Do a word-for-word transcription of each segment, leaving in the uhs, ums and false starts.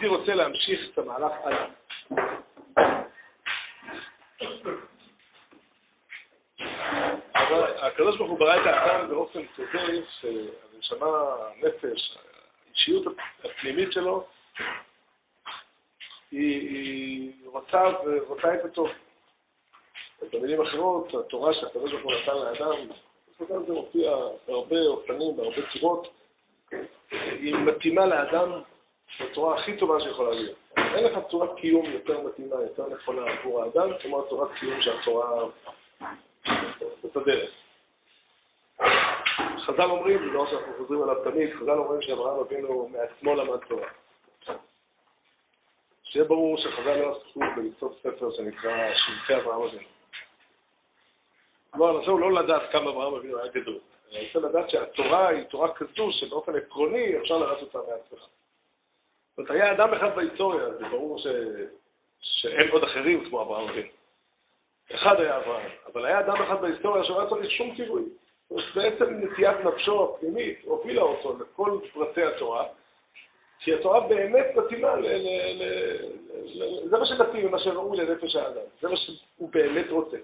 הייתי רוצה להמשיך את המהלך הלאה. אבל הקדוש ברוך הוא ברא את האדם באופן כזה שהנשמה, הנפש, האישיות הפנימית שלו, היא, היא רוצה ורוצה את הטוב. במילים אחרות, התורה שהקדוש ברוך הוא נתן לאדם, זה מופיע בהרבה אופנים, בהרבה צורות, היא מתאימה לאדם בצורה הכי טובה שיכולה להיות. אין לך צורת קיום יותר מתאימה, יותר נכונה עבור האדם, כמו הצורת קיום שהתורה מסדרת. חז"ל אומרים, לא שאנחנו חוזרים עליו תמיד, חז"ל אומרים שאברהם אבינו מעצמו למד תורה. שיהיה ברור שחז"ל לא עסקו בלכתוב ספר שנקרא שבטי אברהם אבינו. לא, הנושא הוא לא לדעת כמה אברהם אבינו היה גדול. אני רוצה לדעת שהתורה היא תורה כזו שבאופן עקרוני אפשר לראות אותה מעצמך. זאת אומרת, היה אדם אחד בהיסטוריה, זה ברור ש... שאין עוד אחרים כמו אברהם אבינו. אחד היה אברהם, אבל היה אדם אחד בהיסטוריה שלא היה צריך שום ציווי. זאת אומרת, בעצם נטיית נפשו הפנימית הובילה אותו לכל פרטי התורה, כי התורה באמת מתאימה, ל... ל... ל... ל... זה מה שמתאים, מה שראוי לנפש האדם, זה מה שהוא באמת רוצה.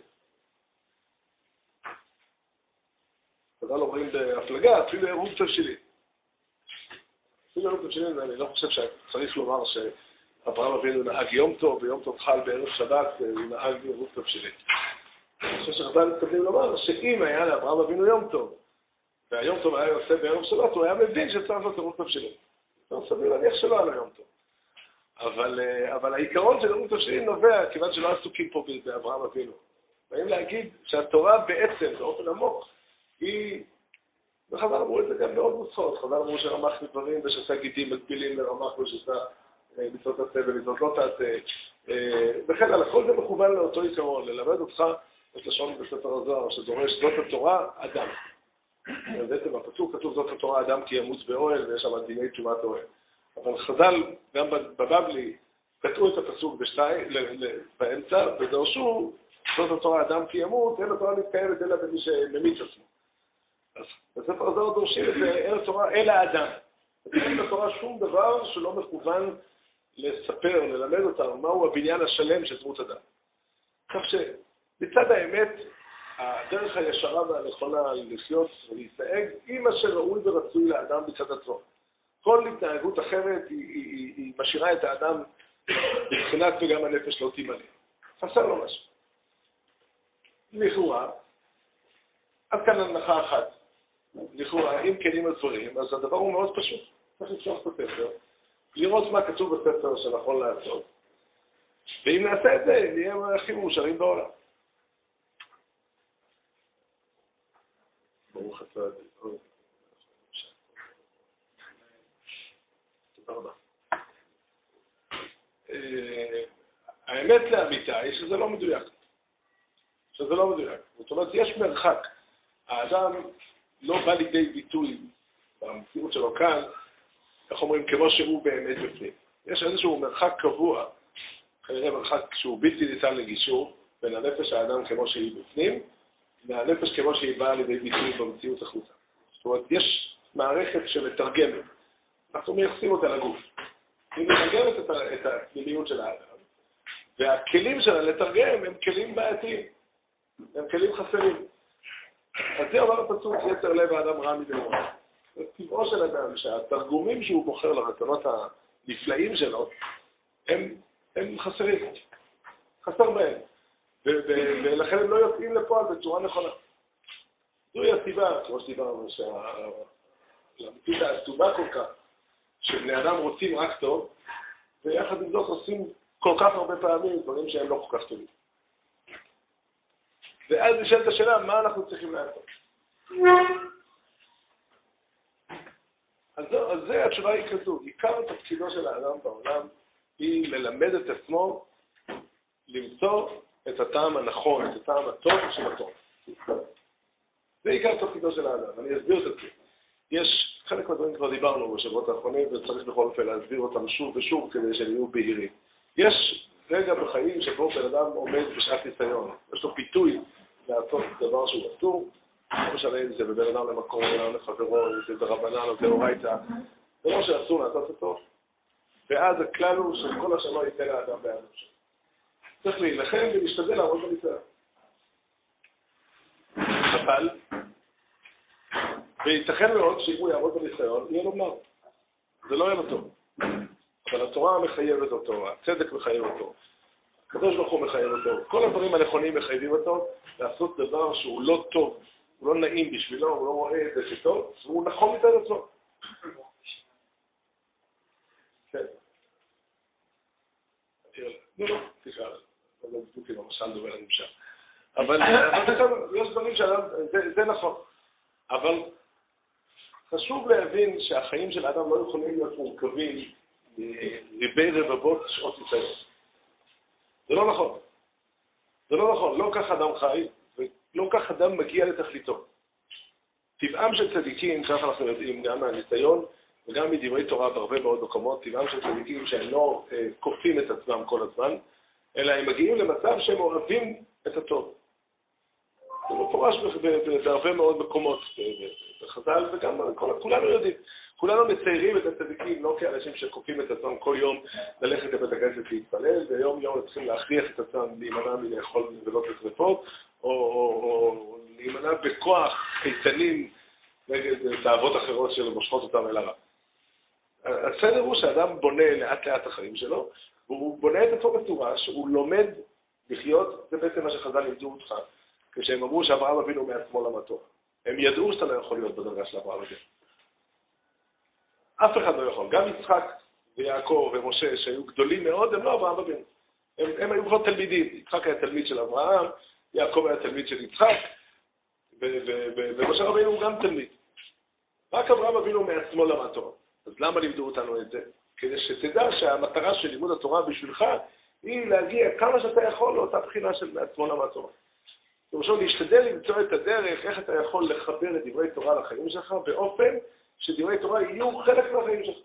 חז"ל אומרים בהפלגה, אפילו עירוב תבשילין. אפילו עירוב תבשילין, אני לא חושב שצריך לומר שאברהם אבינו נהג יום טוב, ויום טוב חל בערב שבת, הוא נהג עירוב תבשילין. אני חושב שחז"ל מתכוונים לומר שאם היה לאברהם אבינו יום טוב, והיום טוב היה עושה בערב שבת, הוא היה מבין שצריך לעשות עירוב תבשילין. לא סביר להניח שלא היה לו יום טוב. אבל, אבל העיקרון של עירוב תבשילין נובע, כיוון שלא עסוקים פה באברהם אבינו. באים להגיד שהתורה בעצם, באופן עמוק, היא, וחז"ל אמרו את זה גם בעוד נוסחות, חז"ל אמרו שרמח מדברים ושעשה גידים מקבילים לרמח ושעשה מצוות תעשה ומצוות לא תעשה, וכן על הכל זה מכוון לאותו עיקרון, ללמד אותך את לשון בספר הזוהר שדורש זאת התורה אדם. בעצם הפסוק כתוב זאת התורה אדם כי ימוץ באוהל ויש שם דיני תשומת אוהל. אבל חז"ל גם בבבלי קטעו את הפסוק בשתיים, באמצע, ודרשו זאת התורה אדם כי ימות, אין התורה מתקיימת אלא במי שממיץ עצמו. אז בספר הזה דורשים את אין התורה אל האדם. אין בתורה שום דבר שלא מכוון לספר, ללמד אותנו, מהו הבניין השלם של דמות אדם. כך שבצד האמת, הדרך הישרה והנכונה לחיות ולהתנהג היא מה שראוי ורצוי לאדם בצד עצמו. כל התנהגות אחרת היא, היא, היא, היא משאירה את האדם בבחינת וגם הנפש לא תימלא. חסר לו משהו. לכאורה, עד כאן הנחה אחת. לכאורה, אם כנים הדברים, אז הדבר הוא מאוד פשוט. צריך לפתוח את הספר, לראות מה כתוב בספר שנכון לעשות, ואם נעשה את זה, נהיה הכי מאושרים בעולם. ברוך אתה. תודה רבה. האמת לאמיתה היא שזה לא מדויק. שזה לא מדויק. זאת אומרת, יש מרחק. האדם לא בא לידי ביטוי במציאות שלו כאן, איך אומרים, כמו שהוא באמת בפנים. יש איזשהו מרחק קבוע, כנראה מרחק שהוא בלתי ניתן לגישור, בין הנפש האדם כמו שהיא בפנים, והנפש כמו שהיא באה לידי ביטוי במציאות החוצה. זאת אומרת, יש מערכת שמתרגמת. אנחנו מייחסים אותה לגוף. היא מתרגמת את, את הפנימיות של האדם, והכלים שלה לתרגם הם כלים בעייתיים. הם כלים חסרים. אז זה אומר הפסוק, יצר לב האדם רע מדברו. זה טבעו של אדם, שהתרגומים שהוא בוחר לרצונות הנפלאים שלו, הם, הם חסרים. חסר בהם. ולכן הם לא יוצאים לפועל בצורה נכונה. זוהי הסיבה, כמו שדיברנו, שהמציאות העצובה כל כך, שבני אדם רוצים רק טוב, ויחד עם זאת עושים כל כך הרבה פעמים דברים שהם לא כל כך טובים. ואז נשאלת השאלה, מה אנחנו צריכים לעשות? אז, אז זה התשובה היא כזו, עיקר תפקידו של האדם בעולם היא ללמד את עצמו למצוא את הטעם הנכון, את הטעם הטוב של הטוב. זה עיקר תפקידו של האדם, אני אסביר את זה. יש חלק מהדברים כבר דיברנו בשבועות האחרונים, וצריך בכל אופן להסביר אותם שוב ושוב כדי שהם יהיו בהירים. יש רגע בחיים שבו בן אדם עומד בשעת ניסיון, יש לו פיתוי לעשות דבר שהוא אסור, לא משנה אם זה בבין אדם למקום, או לחברו, אם זה ברבנן או באורייתא, זה לא שאסור לעשות אותו, ואז הכלל הוא שכל אשר לא ייתן לאדם בעד נפשו. צריך להילחם ולהשתדל לעמוד בניסיון. אבל, וייתכן מאוד שאם הוא יעמוד בניסיון, יהיה לו מר. זה לא יהיה לו טוב. אבל התורה מחייבת אותו, הצדק מחייב אותו, הקדוש ברוך הוא מחייב אותו, כל הדברים הנכונים מחייבים אותו לעשות דבר שהוא לא טוב, הוא לא נעים בשבילו, הוא לא רואה את זה שטוב, והוא נכון מצד עצמו. כן. לא, לא, תשאל, לא בדיוק עם המשל דובר הנמשל. אבל יש דברים שאדם, זה נכון. אבל חשוב להבין שהחיים של האדם לא יכולים להיות מורכבים ריבי רבבות שעות ניסיון. זה לא נכון. זה לא נכון. לא כך אדם חי, ולא כך אדם מגיע לתכליתו. טבעם של צדיקים, כך אנחנו יודעים, גם מהניסיון, וגם מדברי תורה בהרבה מאוד מקומות, טבעם של צדיקים שהם לא אה, כופים את עצמם כל הזמן, אלא הם מגיעים למצב שהם אוהבים את הטוב. זה מפורש בהרבה מאוד מקומות בחז"ל, וגם כולנו יודעים. כולנו מציירים את הצדיקים לא כאנשים שכופים את עצמם כל יום ללכת לבית הכנסת להתפלל, ויום יום צריכים להכריח את עצמם להימנע מלאכול ולא תשרפות, או, או, או להימנע בכוח חיצנים נגד תאוות אחרות שמושכות אותם אל הרע. הסדר הוא שאדם בונה לאט לאט החיים שלו, והוא בונה את עצמו בצורה שהוא לומד לחיות, זה בעצם מה שחז"ל לימדו אותך, כשהם אמרו שאברהם אבינו מעצמו למד תורה. הם ידעו שאתה לא יכול להיות בדרגה של אברהם אבינו. אף אחד לא יכול. גם יצחק ויעקב ומשה שהיו גדולים מאוד, הם לא אברהם אבינו. הם, הם היו כבר תלמידים. יצחק היה תלמיד של אברהם, יעקב היה תלמיד של יצחק, ומשה רבינו הוא גם תלמיד. רק אברהם אבינו מעצמו למד תורה. אז למה לימדו אותנו את זה? כדי שתדע שהמטרה של לימוד התורה בשבילך היא להגיע כמה שאתה יכול לאותה בחינה של מעצמו למד תורה. למשל, להשתדל למצוא את הדרך, איך אתה יכול לחבר את דברי תורה לחיים שלך, באופן שדברי תורה יהיו חלק מהחיים שלך.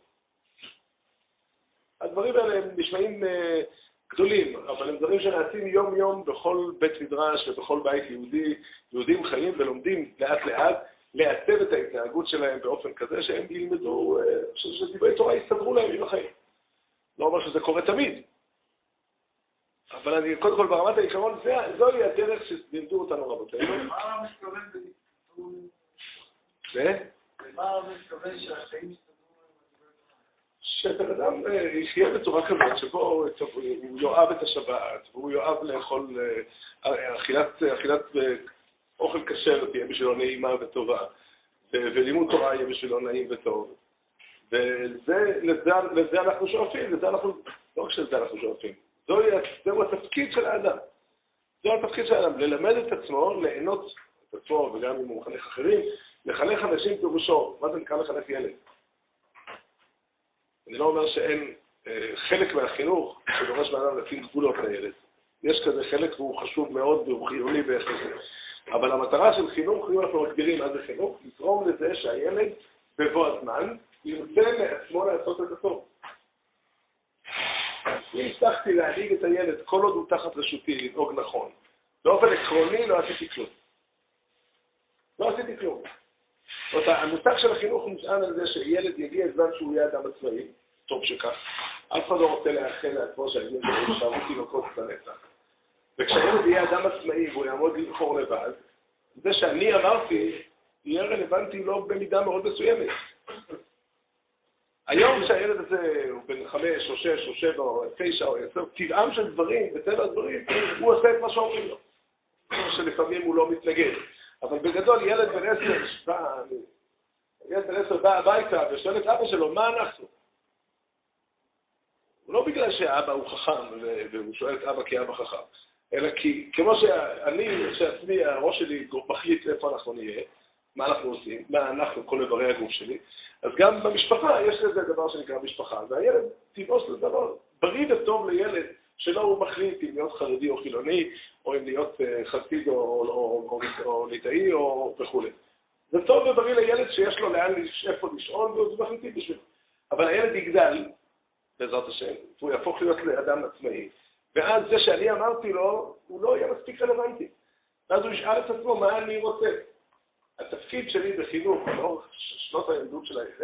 הדברים האלה הם נשמעים uh, גדולים, אבל הם דברים שנעשים יום יום בכל בית מדרש ובכל בית יהודי. יהודים חיים ולומדים לאט לאט, לעצב את ההתנהגות שלהם באופן כזה שהם ילמדו, uh, שדברי תורה יסתדרו להם עם החיים. לא אומר שזה קורה תמיד. אבל אני, קודם כל, ברמת העיקרון, זוהי הדרך שלימדו אותנו רבותינו. מה הרב מתכוון בדיוק? זה? מה הרב מתכוון שהחיים יסתדרו? שבן אדם יחיה בצורה כזאת, שבו הוא יאהב את השבת, והוא יאהב לאכול, אכילת, אכילת אוכל כשר תהיה בשבילו נעימה וטובה, ולימוד תורה יהיה בשבילו נעים וטוב. ולזה אנחנו שואפים, לזה אנחנו, לא רק שלזה אנחנו שואפים. זהו התפקיד של האדם. זהו התפקיד של האדם, ללמד את עצמו, ליהנות את עצמו, וגם אם הוא מחנך אחרים, לחנך אנשים פירושו. מה זה נקרא לחנך ילד? אני לא אומר שאין אה, חלק מהחינוך שדורש מהאדם לשים גבולות לילד. יש כזה חלק והוא חשוב מאוד והוא חיוני בהכרחי. אבל המטרה של חינוך, אם אנחנו מגדירים מה זה חינוך, לתרום לזה שהילד בבוא הזמן ירצה מעצמו לעשות את הטוב. אם הצלחתי להנהיג את הילד כל עוד הוא תחת רשותי לנהוג נכון, באופן עקרוני לא עשיתי כלום. לא עשיתי כלום. זאת אומרת, המושג של החינוך הוא נשען על זה שילד יגיע זמן שהוא יהיה אדם עצמאי, טוב שכך. אף אחד לא רוצה לאחל לעצמו שהילד יישארו תינוקות בנצח. וכשהילד יהיה אדם עצמאי והוא יעמוד לבחור לבד, זה שאני אמרתי יהיה רלוונטי לא במידה מאוד מסוימת. היום כשהילד הזה הוא בן חמש או שש או שבע או תשע או עשר, טבעם של דברים, בטבע הדברים, הוא עושה את מה שאומרים לו. שלפעמים הוא לא מתנגד. אבל בגדול ילד בן עשר בא, ילד בן עשר בא הביתה ושואל את אבא שלו, מה אנחנו? לא בגלל שהאבא הוא חכם והוא שואל את אבא כי אבא חכם, אלא כי כמו שאני, שעצמי, הראש שלי מחליט איפה אנחנו נהיה, מה אנחנו עושים, מה אנחנו, כל איברי הגוף שלי, אז גם במשפחה יש לזה דבר שנקרא משפחה, והילד טבעו של דבר בריא וטוב לילד שלא הוא מחליט אם להיות חרדי או חילוני, או אם להיות חסיד או, או, או, או, או ליטאי או וכו'. זה טוב ובריא לילד שיש לו לאן איפה לשאול וזה מחליטי בשביל. אבל הילד יגדל, בעזרת השם, והוא יהפוך להיות לאדם עצמאי, ואז זה שאני אמרתי לו, הוא לא יהיה מספיק רלוונטי. ואז הוא ישאל את עצמו מה אני רוצה. התפקיד שלי בחינוך, לאורך שנות הילדות של הילד,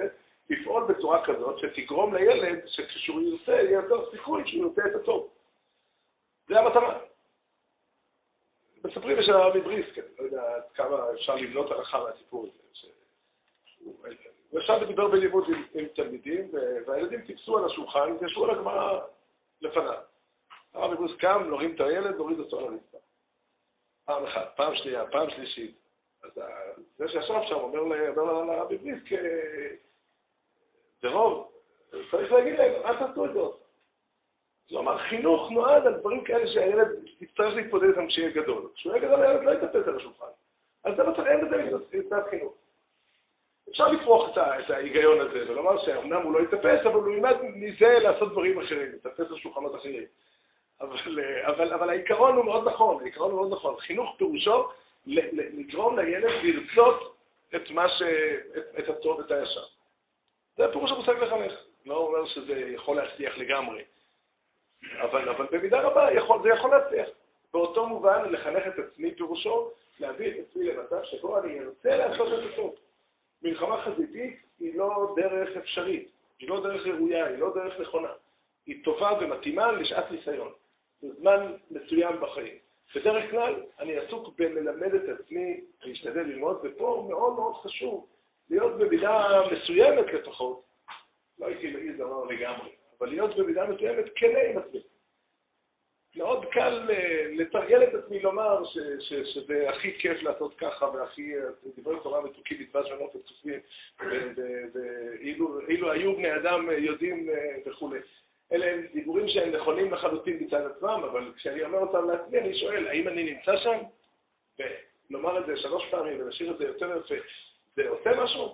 לפעול בצורה כזאת שתגרום לילד שכשהוא ירצה, יהיה יותר סיכוי שהוא ירצה את הטוב. זה המטרה. מספרים בשביל הרבי בריסקין, לא יודע כמה אפשר לבנות הלכה מהסיפור הזה. הוא ישב ודיבר בלימוד עם, עם תלמידים, והילדים טיפסו על השולחן, וישבו על הגמרא לפניו. הרבי בריסקין קם, נורים את הילד, נוריד אותו על הרצפה. פעם אחת, פעם שנייה, פעם שלישית. אז זה שישב שם אומר לרבי בריסקין, זה רוב, צריך להגיד להם, אל תעשו את זה עוד. זאת אומרת, חינוך נועד על דברים כאלה שהילד יצטרך להתפודד איתם כשיהיה גדול. כשהוא יהיה גדול, הילד לא יתפס על השולחן. אז זה לא צריך, אין בזה מצטעת חינוך. אפשר לפרוח את ההיגיון הזה, ולומר שאומנם הוא לא יתפס, אבל הוא ילמד מזה לעשות דברים אחרים, יתפס על שולחנות אחרים. אבל, אבל, אבל העיקרון הוא מאוד נכון, העיקרון הוא מאוד נכון. חינוך פירושו לגרום לילד לרצות את מה ש... את, את הטוב, את הישר. זה הפירוש המושג לחנך. לא אומר שזה יכול להצליח לגמרי. אבל, אבל במידה רבה יכול, זה יכול להצליח. באותו מובן, לחנך את עצמי פירושו, להביא את עצמי למצב שבו אני ארצה לעשות את הטוב. מלחמה חזיתית היא לא דרך אפשרית, היא לא דרך ראויה, היא לא דרך נכונה. היא טובה ומתאימה לשעת ניסיון. זה זמן מסוים בחיים. בדרך כלל, אני עסוק בללמד את עצמי, להשתדל ללמוד, ופה מאוד מאוד חשוב להיות במידה מסוימת לפחות, לא הייתי להגיד דבר לגמרי, אבל להיות במידה מסוימת כנה עם עצמי. מאוד קל לתרגל את עצמי לומר ש, ש, שזה הכי כיף לעשות ככה, והכי דברי תורה מתוקים בדבש ונוף וצופים, ואילו היו בני אדם יודעים וכו'. אלה הם דיבורים שהם נכונים לחלוטין מצד עצמם, אבל כשאני אומר אותם לעצמי, אני שואל, האם אני נמצא שם? ולומר את זה שלוש פעמים ולשאיר את זה יותר יפה, זה עושה משהו?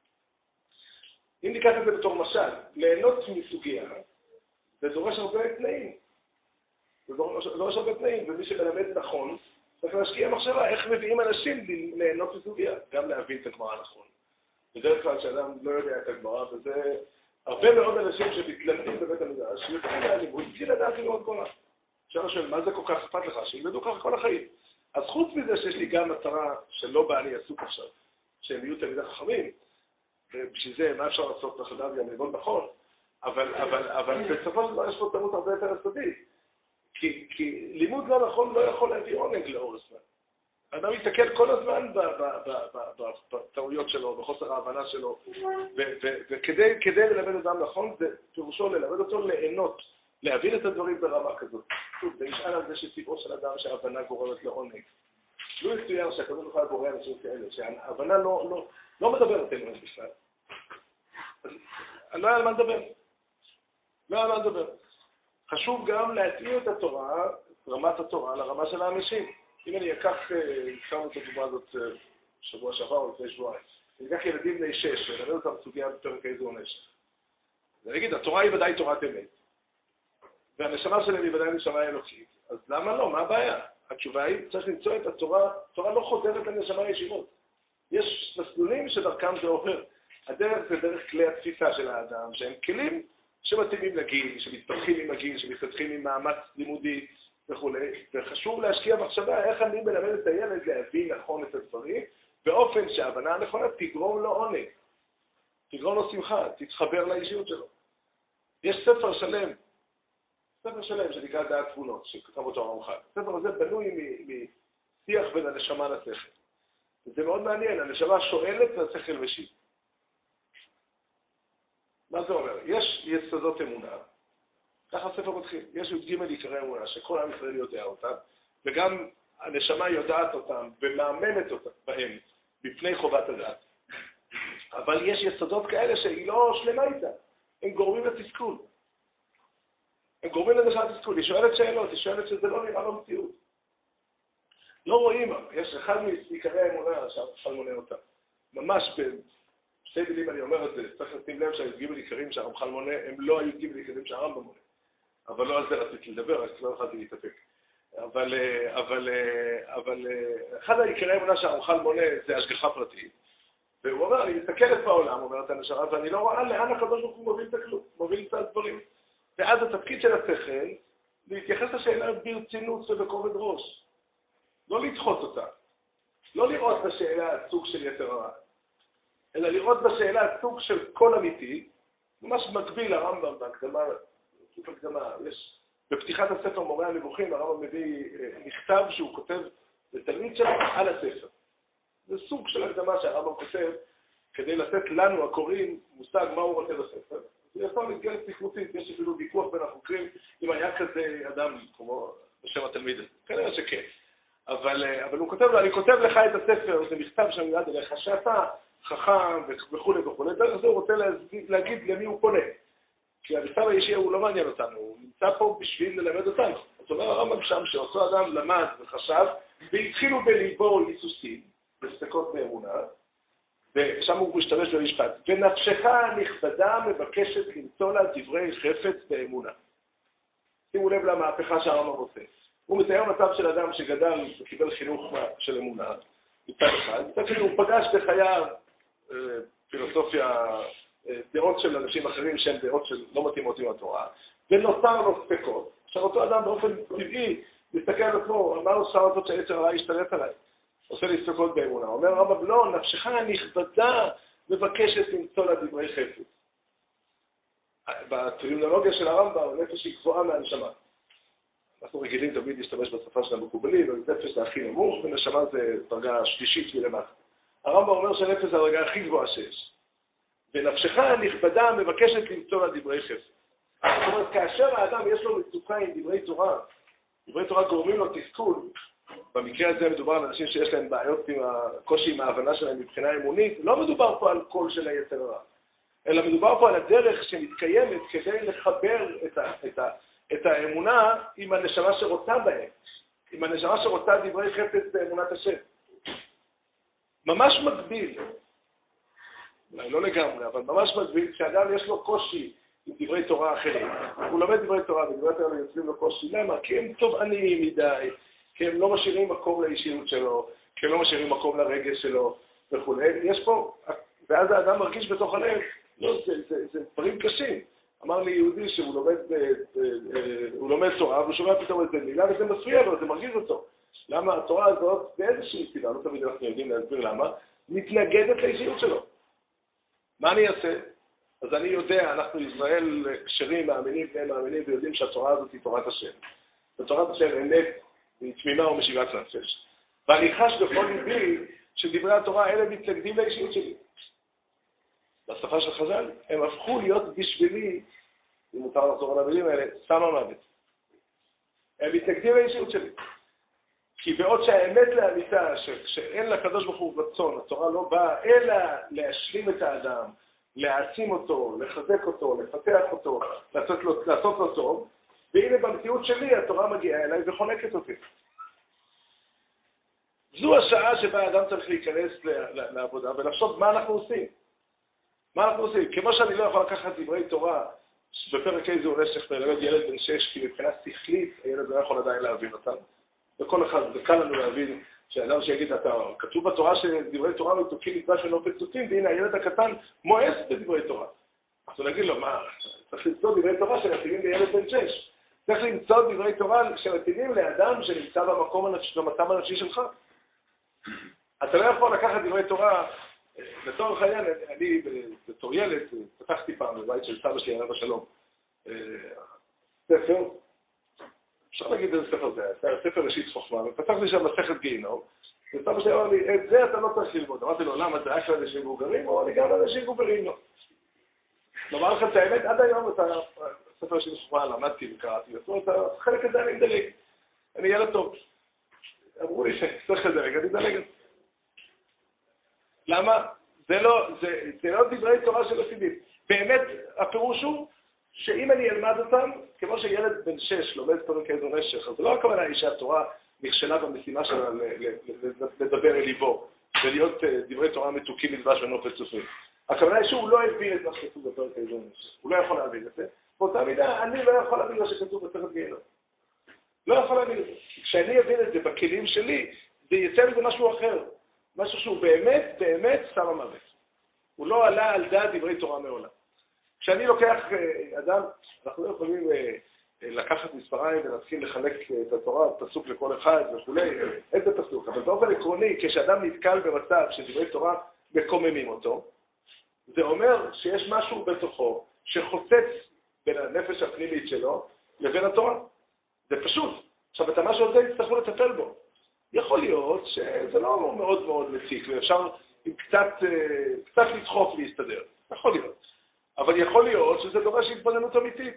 אם ניקח את זה בתור משל, ליהנות מסוגיה, זה דורש הרבה תנאים. זה דורש הרבה תנאים, ומי שמלמד נכון, צריך להשקיע מחשבה איך מביאים אנשים ליהנות מסוגיה, גם להבין את הגמרא נכון. בדרך כלל שאדם לא יודע את הגמרא, וזה הרבה מאוד אנשים שמתלמדים בבית המדרש, שיוצאים מהלימוד, בלי לדעת ללמוד גמרא. אפשר לשאול, מה זה כל כך אכפת לך? שילמדו ככה כל החיים. אז חוץ מזה שיש לי גם מטרה שלא בא לי עסוק עכשיו, שהם יהיו תלמידי חכמים, ובשביל זה מה אפשר לעשות לחדב גם ללמוד נכון, אבל, אבל, אבל בסופו של דבר יש פה טעות הרבה יותר יסודית. כי, כי לימוד לא נכון לא יכול להביא עונג לאורך זמן. האדם יתקל כל הזמן בטעויות שלו, בחוסר ההבנה שלו, וכדי כדי ללמד אדם נכון, זה פירושו ללמד אותו ליהנות, להבין את הדברים ברמה כזאת. שוב, זה נשאל על זה שטבעו של אדם שההבנה גורמת לעונג. לא יצויר שהכזאת בכלל גורם אנשים כאלה, שההבנה לא, לא, לא מדברת אלינו בכלל. אז לא היה על מה לדבר. לא היה על מה לדבר. חשוב גם להתאים את התורה, רמת התורה, לרמה של האנשים. אם אני אקח, הזכרנו את הדוגמה הזאת שבוע שעבר או לפני שבועיים, אני אקח ילדים בני שש, ונראה אותם סוגיה בפרק איזה עונש. ואני אגיד, התורה היא ודאי תורת אמת. והנשמה שלהם היא ודאי נשמה אלוקית. אז למה לא? מה הבעיה? התשובה היא, צריך למצוא את התורה, התורה לא חוזרת לנשמה ישירות. יש מסלולים שדרכם זה עובר. הדרך זה דרך כלי התפיסה של האדם, שהם כלים שמתאימים לגיל, שמתפתחים עם הגיל, שמתפתחים עם מאמץ לימודי וכו'. וחשוב להשקיע מחשבה איך אני מלמד את הילד להבין נכון את הדברים, באופן שההבנה הנכונה תגרום לו עונג, תגרום לו שמחה, תתחבר לאישיות שלו. יש ספר שלם, ספר שלם שנקרא דעת תבונות, שכתב אותו הרמח"ל. הספר הזה בנוי משיח בין הנשמה לשכל. וזה מאוד מעניין, הנשמה שואלת והשכל משיב. מה זה אומר? יש יסודות אמונה, ככה הספר מתחיל, יש י"ג עיקרי אמונה שכל עם ישראל יודע אותם, וגם הנשמה יודעת אותם ומאמנת אותם בהם, בפני חובת הדעת. אבל יש יסודות כאלה שהיא לא שלמה איתה, הם גורמים לתסכול. הם גורמים לדשת תסכול, היא שואלת שאלות, היא שואלת שזה לא נראה במציאות. לא רואים, יש אחד מעיקרי האמונה שהרמח"ל מונה אותם. ממש בשתי מילים אני אומר את זה, צריך לשים לב שהי"ג עיקרים שהרמח"ל מונה, הם לא הי"ג עיקרים שהרמב"ם מונה. אבל לא על זה רציתי לדבר, רק לא יכולתי להתאפק. אבל, אבל, אבל אחד העיקרי האמונה שהרמח"ל מונה זה השגחה פרטית. והוא אומר, אני מסתכלת בעולם, אומרת הנשמה, ואני לא רואה לאן הקדוש ברוך הוא מוביל את הכלום, מוביל את הדברים. ואז התפקיד של השכל, להתייחס לשאלה ברצינות ובכובד ראש. לא לדחות אותה. לא לראות בשאלה סוג של יתר הרע. אלא לראות בשאלה סוג של קול אמיתי, ממש מקביל לרמב"ם בהקדמה, סוג הקדמה, יש בפתיחת הספר מורה הנבוכים, הרמב"ם מביא מכתב שהוא כותב לתלמיד שלו על הספר. זה סוג של הקדמה שהרמב"ם כותב כדי לתת לנו הקוראים מושג מה הוא רוצה בספר. זה יכול להתגלת ספרותית, יש אפילו ויכוח בין החוקרים אם היה כזה אדם כמו בשם התלמיד הזה. כנראה שכן. אבל, אבל הוא כותב לו, אני כותב לך את הספר, זה מכתב שמיועד אליך, שאתה חכם וכו' וכו'. דרך זה הוא רוצה להגיד, להגיד למי הוא פונה. כי המכתב האישי הוא לא מעניין אותנו, הוא נמצא פה בשביל ללמד אותנו. זאת אומרת, הרמב"ם שם שאותו אדם למד וחשב, והתחילו בליבו היסוסים, בספקות באמונה, ושם הוא משתמש במשפט, ונפשך הנכבדה מבקשת למצוא לה דברי חפץ באמונה. שימו לב למהפכה שהרמב"ם עושה. הוא מתאר מצב של אדם שגדל וקיבל חינוך של אמונה, מצד אחד, מצד שני הוא פגש בחייו פילוסופיה, דעות של אנשים אחרים שהן דעות שלא מתאימות עם התורה, ונותר לו ספקות. עכשיו אותו אדם באופן טבעי מסתכל על עצמו, מה הוא שר אותו שהיצר הרע ישתלט עליי? עושה לי ספקות באמונה. אומר הרמב"ם, לא, נפשך הנכבדה מבקשת למצוא לה דברי חפץ. בטרמינולוגיה של הרמב"ם, נפש היא גבוהה מהנשמה. אנחנו רגילים תמיד להשתמש בשפה של המקובלים, ונפש זה הכי נמוך, ונשמה זה דרגה שלישית מלמטה. הרמב"ם אומר שנפש זה הדרגה הכי גבוהה שיש. ונפשך הנכבדה מבקשת למצוא לה דברי חפץ. זאת אומרת, כאשר האדם יש לו מצוקה עם דברי תורה, דברי תורה גורמים לו תסכול, במקרה הזה מדובר על אנשים שיש להם בעיות עם הקושי עם ההבנה שלהם מבחינה אמונית, לא מדובר פה על קול של היצר הרע, אלא מדובר פה על הדרך שמתקיימת כדי לחבר את, ה, את, ה, את האמונה עם הנשמה שרוצה בהם, עם הנשמה שרוצה דברי חפץ באמונת השם. ממש מקביל, אולי לא לגמרי, אבל ממש מקביל, כשאדם יש לו קושי עם דברי תורה אחרים, הוא לומד דברי תורה, ודברי תורה יוצרים לו קושי, למה? כי הם תובעניים מדי, כי הם לא משאירים מקום לאישיות שלו, כי הם לא משאירים מקום לרגש שלו וכו'. יש פה, ואז האדם מרגיש בתוך הלב, לא, זה, זה, זה דברים קשים. אמר לי יהודי שהוא לומד, הוא לומד תורה, והוא שומע פתאום איזה מילה, וזה מפריע לו, זה מרגיז אותו. למה התורה הזאת, באיזושהי סיבה, לא תמיד אנחנו יודעים להסביר למה, מתנגדת לאישיות שלו. מה אני אעשה? אז אני יודע, אנחנו ישראל כשרים, מאמינים, והם מאמינים, ויודעים שהתורה הזאת היא תורת השם. ותורת השם אמת, היא תמימה ומשיבת נפש. ואני חש בכל ליבי שדברי התורה האלה מתנגדים לאישיות שלי. בשפה של חז"ל, הם הפכו להיות בשבילי, אם מותר לחזור על המילים האלה, סם המוות. הם מתנגדים לאישיות שלי. כי בעוד שהאמת לאמיתה, שאין לקדוש ברוך הוא רצון, התורה לא באה, אלא להשלים את האדם, להעצים אותו, לחזק אותו, לפתח אותו, לעשות לו, לעשות לו טוב, והנה במציאות שלי התורה מגיעה אליי וחונקת אותי. זו השעה שבה האדם צריך להיכנס לעבודה ולחשוב מה אנחנו עושים. מה אנחנו עושים? כמו שאני לא יכול לקחת דברי תורה, בפרק איזה הוא נשך ולמד ילד בן שש, כי מבחינה שכלית הילד לא יכול עדיין להבין אותם. וכל אחד, זה קל לנו להבין שאדם שיגיד, אתה, כתוב בתורה שדברי תורה מתוקים נקבע שנופת צוקים, והנה הילד הקטן מואס בדברי תורה. אז הוא נגיד לו, מה, צריך למצוא דברי תורה שמתאימים לילד בן שש. צריך למצוא דברי תורה שמתאימים לאדם שנמצא במקום הנפשי, במצב הנפשי שלך. אתה לא יכול לקחת דברי תורה, לצורך העניין, אני בתור ילד, פתחתי פעם בבית של סבא שלי, עליו השלום, ספר, אפשר להגיד איזה ספר זה, ספר ראשית חוכמה, ופתחתי שם מסכת גיהינום, וסבא שלי אמר לי, את זה אתה לא צריך ללמוד. אמרתי לו, למה זה רק לאנשים מבוגרים, או אני גם לאנשים מבוגרים לא. לומר לכם את האמת, עד היום את הספר ראשית חוכמה למדתי וקראתי, זאת אומרת, חלק הזה אני מדלג, אני ילד טוב. אמרו לי שצריך לדלג, אני מדלג. למה? זה לא, זה, זה לא דברי תורה של הסידים. באמת, הפירוש הוא שאם אני אלמד אותם, כמו שילד בן שש לומד קודם כאיזו נשך, אז זה לא הכוונה היא שהתורה נכשלה במשימה שלה לדבר אל ליבו, ולהיות דברי תורה מתוקים מדבש ונופת סופרים. הכוונה היא שהוא לא הבין את מה שכתוב בפרק כאיזו נשך. הוא לא יכול להבין את זה. באותה מידה, אני לא יכול להבין מה שכתוב בפרק גיהינום. לא יכול להבין את זה. כשאני אבין את זה בכלים שלי, זה יצא מזה משהו אחר. משהו שהוא באמת, באמת סם המוות. הוא לא עלה על דעת דברי תורה מעולם. כשאני לוקח אדם, אנחנו לא יכולים לקחת מספריים ולהתחיל לחלק את התורה, פסוק לכל אחד וכו', איזה פסוק. אבל באופן עקרוני, כשאדם נתקל במצב שדברי תורה מקוממים אותו, זה אומר שיש משהו בתוכו שחוצץ בין הנפש הפנימית שלו לבין התורה. זה פשוט. עכשיו, את המשהו הזה יצטרכו לטפל בו. יכול להיות שזה לא מאוד מאוד מציק, ואפשר עם קצת, קצת לדחוף להסתדר. יכול להיות. אבל יכול להיות שזה דורש התבוננות אמיתית.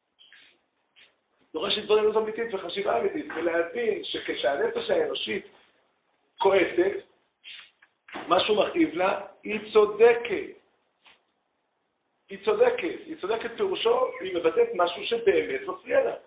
דורש התבוננות אמיתית וחשיבה אמיתית, ולהבין שכשהנפש האנושית כועסת, משהו מכאיב לה, היא צודקת. היא צודקת. היא צודקת פירושו, היא מבטאת משהו שבאמת מפריע לה.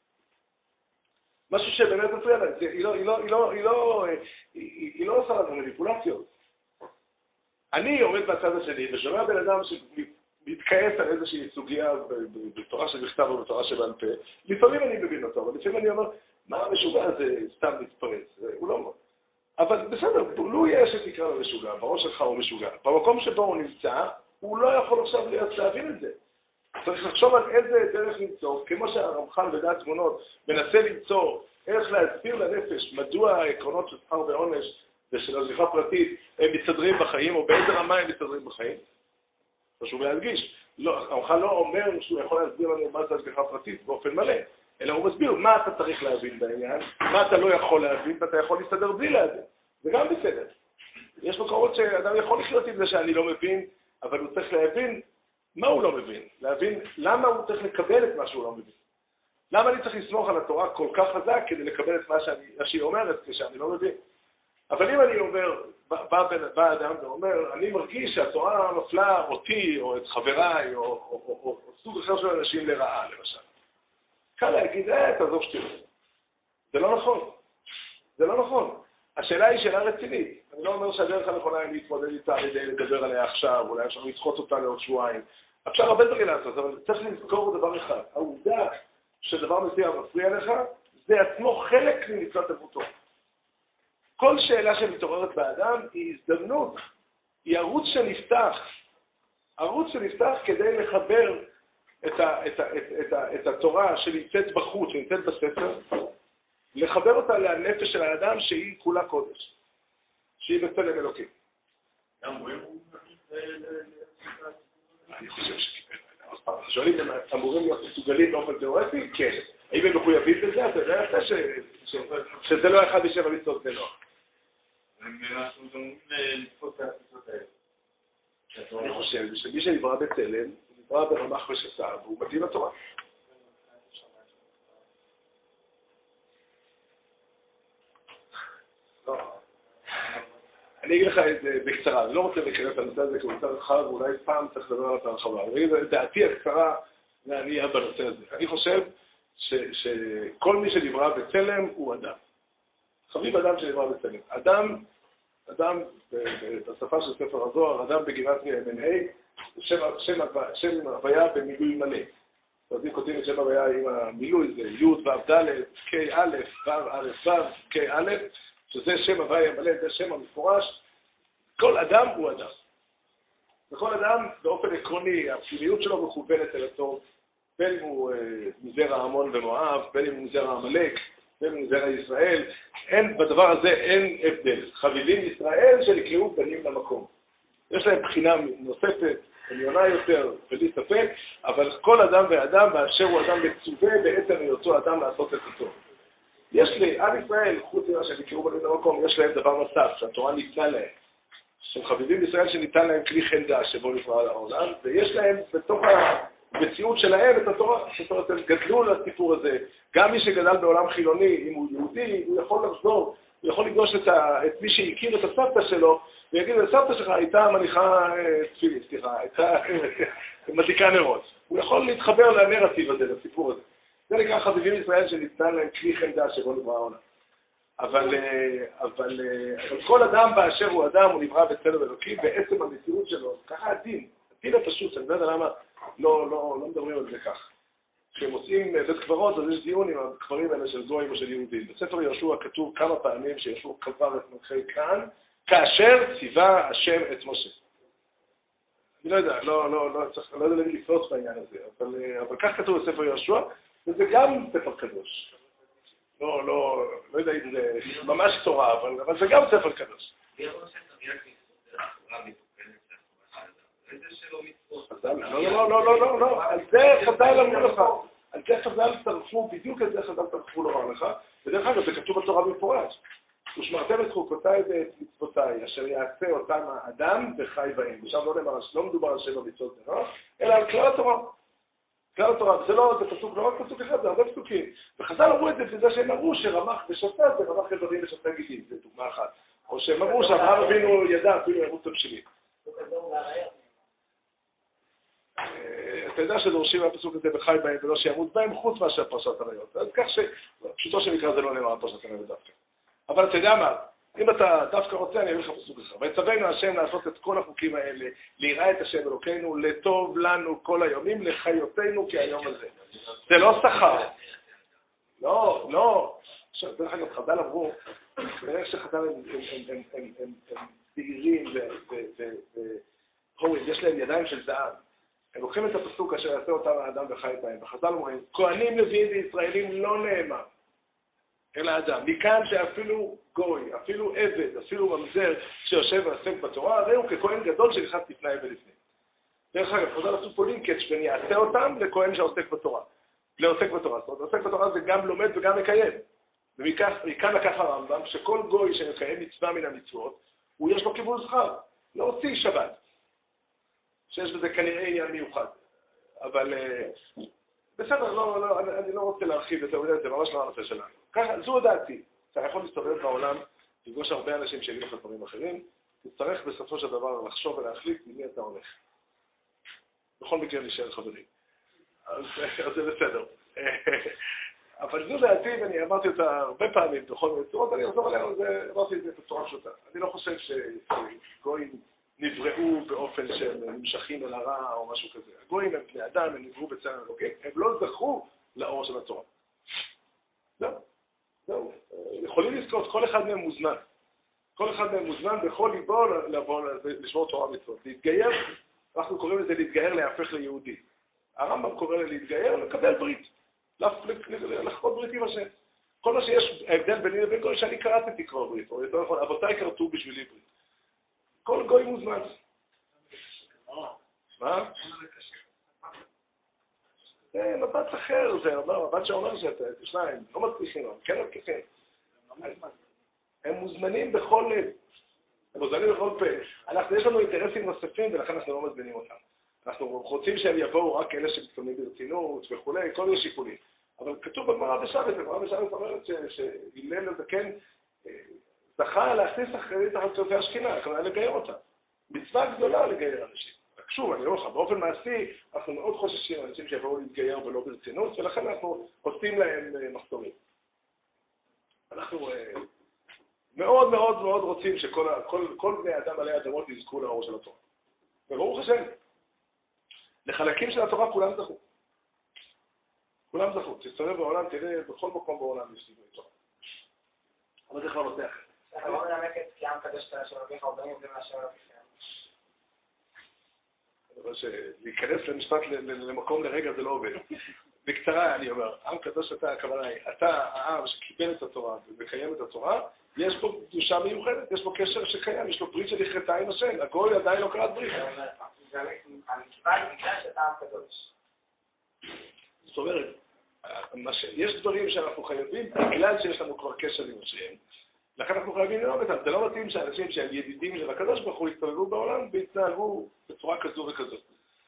משהו שבאמת מפריע לה. היא לא, היא לא, היא לא, היא לא, היא, היא לא עושה לנו מניפולציות. אני עומד בצד השני ושומע בן אדם שמתכעס על איזושהי סוגיה בתורה שבכתב או בתורה שבעל פה. לפעמים אני מבין אותו, אבל לפעמים אני אומר, מה המשוגע הזה סתם מתפרץ? הוא לא... אבל בסדר, לא יהיה שתקרא לו משוגע, בראש שלך הוא משוגע. במקום שבו הוא נמצא, הוא לא יכול עכשיו להבין את זה. צריך לחשוב על איזה דרך למצוא, כמו שהרמח"ל בדעת תמונות מנסה למצוא איך להסביר לנפש מדוע העקרונות של שכר ועונש ושל הזריחה פרטית הם מסתדרים בחיים, או באיזה רמה הם מסתדרים בחיים. חשוב להדגיש, לא, הרמח"ל לא אומר שהוא יכול להסביר לנו מה זה הזריחה פרטית באופן מלא, אלא הוא מסביר מה אתה צריך להבין בעניין, מה אתה לא יכול להבין, ואתה יכול להסתדר בלי להבין. זה גם בסדר. יש מקומות שאדם יכול לחיות עם זה שאני לא מבין, אבל הוא צריך להבין מה הוא לא מבין, להבין למה הוא צריך לקבל את מה שהוא לא מבין. למה אני צריך לסמוך על התורה כל כך חזק כדי לקבל את מה שאני, שהיא אומרת כשאני לא מבין. אבל אם אני אומר, בא, בא אדם ואומר, אני מרגיש שהתורה מפלה אותי או את חבריי או, או, או, או, או סוג אחר של אנשים לרעה, למשל. קל להגיד, אה, תעזוב שתראה. זה לא נכון. זה לא נכון. השאלה היא שאלה רצינית. אני לא אומר שהדרך הנכונה היא להתמודד איתה על ידי לדבר עליה עכשיו, אולי אפשר לדחות אותה לעוד שבועיים. אפשר הרבה דברים לעשות, אבל צריך לזכור דבר אחד. העובדה שדבר מסוים מפריע לך, זה עצמו חלק ממצוות עבודתו. כל שאלה שמתעוררת באדם היא הזדמנות, היא ערוץ שנפתח. ערוץ שנפתח כדי לחבר את, ה, את, ה, את, את, ה, את התורה שנמצאת בחוץ, שנמצאת בספר, לחבר אותה לנפש של האדם שהיא כולה קודש, שהיא בצלם אלוקים. אני חושב שקיבל. שואלים אם אמורים להיות מסוגלים באופן תיאורטי? כן. האם הם מחויבים בזה? אתה יודע שזה לא אחד משבע מצוות בני נוח. אנחנו יכולים לתפוס את התפיסות האלה. אני חושב שמי שנברא בצלם, הוא נברא ברמ"ח ושס"ה, והוא מתאים לתורה. אני אגיד לך את זה בקצרה, אני לא רוצה להיכנס את הנושא הזה כמצב רחב, ואולי פעם צריך לדבר על הרחבה. אני אגיד את דעתי הקצרה, ואני אהיה בנושא הזה. אני חושב שכל מי שנברא בצלם הוא אדם. חביב אדם שנברא בצלם. אדם, אדם, בשפה של ספר הזוהר, אדם בגימטריה מ"ה, שם הוויה במילוי מלא. אז אם כותבים את שם הוויה עם המילוי, זה י' ו' ד', ק' א', ו' א' ו', ק' א', שזה שם הוויה מלא, זה שם המפורש. כל אדם הוא אדם. וכל אדם, באופן עקרוני, הפנימיות שלו מכוונת אל הטוב, בין אם הוא מזרע עמון ומואב, בין אם הוא מזרע עמלק, בין אם הוא מזרע ישראל, אין, בדבר הזה אין הבדל. חביבים ישראל שנקראו בנים למקום. יש להם בחינה נוספת, עליונה יותר, בלי ספק, אבל כל אדם ואדם, באשר הוא אדם מצווה בעצם היותו אדם לעשות את הטוב. יש לי, עם ישראל, חוץ ממה שנקראו בנים למקום, יש להם דבר נוסף, שהתורה ניתנה להם. שהם חביבים ישראל שניתן להם כלי חמדה שבו נברא לעולם, ויש להם בתוך המציאות שלהם את התורה. זאת אומרת, הם גדלו לסיפור הזה. גם מי שגדל בעולם חילוני, אם הוא יהודי, הוא יכול לחזור, הוא יכול לגדוש את, ה, את מי שהכיר את הסבתא שלו, ויגיד, הסבתא שלך הייתה מניחה תפילין, סליחה, הייתה מדליקה נרות. הוא יכול להתחבר לנרטיב הזה, לסיפור הזה. זה נקרא חביבים ישראל שניתן להם כלי חמדה שבו נברא העולם. אבל, אבל, אבל כל אדם באשר הוא אדם, הוא נברא בצלם אלוקים, בעצם המציאות שלו, ככה הדין, הדין הפשוט, אני לא יודע למה לא, לא, לא מדברים על זה כך. כשהם עושים בית קברות, אז יש דיון עם הקברים האלה של גויים או של יהודים. בספר יהושע כתוב כמה פעמים שיהושע קבר את מלכי כנען, כאשר ציווה השם את משה. אני לא יודע, לא, לא, לא, צריך, לא יודע להגיד לפרוץ בעניין הזה, אבל, אבל כך כתוב בספר יהושע, וזה גם ספר קדוש. לא, לא, לא יודע אם זה ממש תורה, אבל, אבל זה גם ספר קדוש. אני חושב שאני רק מתחבר לחברה מתוקנת לחברה של אדם. איזה שלא לא, לא, לא, לא, לא, לא, על זה חז"ל אמרו לך, על זה חז"ל צרפו, בדיוק על זה חז"ל צרפו לומר לך, ודרך אגב, זה כתוב בתורה במפורש. ושמרתם את חוקותיי ואת מצוותיי, אשר יעשה אותם האדם וחי בהם. ושם לא נאמר, לא מדובר על שבע מצוות, אלא על כלל התורה. כלל התורה, זה לא, זה פסוק, לא רק פסוק אחד, זה הרבה פסוקים. וחז"ל אמרו את זה בזה שהם אמרו שרמח ושתה, זה רמח איברים ושתה גידים, זה דוגמה אחת. או שהם אמרו שאברהם אבינו ידע, אפילו ימות תבשילים. אתה יודע שדורשים מהפסוק הזה בחי בהם ולא שימות בהם, חוץ מאשר פרשת עריות. אז כך שפשוטו שמקרא זה לא נאמר על פרשת עריות דווקא. אבל אתה יודע מה, אם אתה דווקא רוצה, אני אביא לך פסוק אחד. ויצווינו השם לעשות את כל החוקים האלה, ליראה את השם אלוקינו, לטוב לנו כל היומים, לחיותינו כהיום הזה. זה לא שכר. לא, לא. עכשיו, דרך אגב, חז"ל אמרו, איך שחז"ל הם צעירים והורים, יש להם ידיים של זהב. הם לוקחים את הפסוק אשר יעשה אותם האדם וחי בהם. וחז"ל אומרים, כהנים לוויים וישראלים לא נאמר. אלא אדם. מכאן שאפילו גוי, אפילו עבד, אפילו ממזר שיושב ועסק בתורה, הרי הוא ככהן גדול שנכנס לפני ולפני. דרך אגב, חז"ל עשו פה לינקג' בין יעשה אותם לכהן שעוסק בתורה. לעוסק בתורה. זאת אומרת, עוסק בתורה זה גם לומד וגם מקיים. ומכאן לקח הרמב"ם שכל גוי שמקיים מצווה מן המצוות, הוא יש לו קיבול שכר. להוציא שבת. שיש בזה כנראה עניין מיוחד. אבל בסדר, לא, לא, אני, אני לא רוצה להרחיב את זה, זה ממש לא הנושא שלנו. ככה, זו דעתי. אתה יכול להסתובב בעולם, לפגוש הרבה אנשים שיגידו לך דברים אחרים, תצטרך בסופו של דבר לחשוב ולהחליט ממי אתה הולך. בכל מקרה נשאר חברים. אז, אז זה בסדר. אבל זו דעתי, ואני אמרתי אותה הרבה פעמים בכל מיני צורות, אני אחזור עלינו, אמרתי את זה בצורה פשוטה. אני לא חושב שגויים נבראו באופן שהם נמשכים אל הרע או משהו כזה. הגויים הם בני אדם, הם נבראו בצלם אלוקים, הם לא זכו לאור של התורה. זהו, זהו. יכולים לזכות, כל אחד מהם מוזמן. כל אחד מהם מוזמן בכל ליבו לבוא לשמור תורה מצוות. להתגייר, אנחנו קוראים לזה להתגייר להפך ליהודי. הרמב"ם קורא להתגייר לקבל ברית. לחכות ברית עם השם. כל מה שיש ההבדל ביני לבין גוי שאני קראתי תקרא ברית, או יותר נכון, אבותיי קראתו בשבילי ברית. כל גוי מוזמן. מה? זה מבט אחר, זה מבט שאומר שאתה, שניים, לא מצליחים, כן מצליחים. הם מוזמנים בכל לב. הם מוזמנים בכל פה. אנחנו, יש לנו אינטרסים נוספים ולכן אנחנו לא מזמינים אותם. אנחנו רוצים שהם יבואו רק אלה שמתכוונים ברצינות וכולי, כל מיני שיקולים. אבל כתוב בגמרא בשבת, בגמרא בשבת אומרת שהלל הזקן זכה להכניס אחרי תחת צופי השכינה, כלומר לגייר אותה. מצווה גדולה לגייר אנשים. רק שוב, אני אומר לך, באופן מעשי, אנחנו מאוד חוששים אנשים שיבואו להתגייר ולא ברצינות, ולכן אנחנו עושים להם מחסומים. אנחנו מאוד מאוד מאוד רוצים שכל כל, כל בני אדם עלי אדמות יזכו לאור של התורה. וברוך השם, לחלקים של התורה כולם זכו. כולם זכו. תסתובב בעולם, תראה, בכל מקום בעולם יש דיבורי תורה. אבל זה כבר נושא אחר. אתה לא מנמק את כי עם קדוש תלה של רביך ארבעים ומאשר רביכם. אני חושב שלהיכנס למשפט למקום לרגע זה לא עובד. בקצרה אני אומר, עם קדוש אתה, הכוונה היא, אתה העם שקיבל את התורה ומקיים את התורה, יש פה קדושה מיוחדת, יש פה קשר שקיים, יש לו ברית שנכרתה עם השם, הגוי עדיין לא קראת ברית. המצווה היא בגלל שאתה עם קדוש. זאת אומרת, יש דברים שאנחנו חייבים בגלל שיש לנו כבר קשר עם השם, לכן אנחנו חייבים ללמוד אותם. זה לא מתאים שאנשים שהם ידידים של הקדוש ברוך הוא יסתובבו בעולם והתנהגו בצורה כזו וכזו.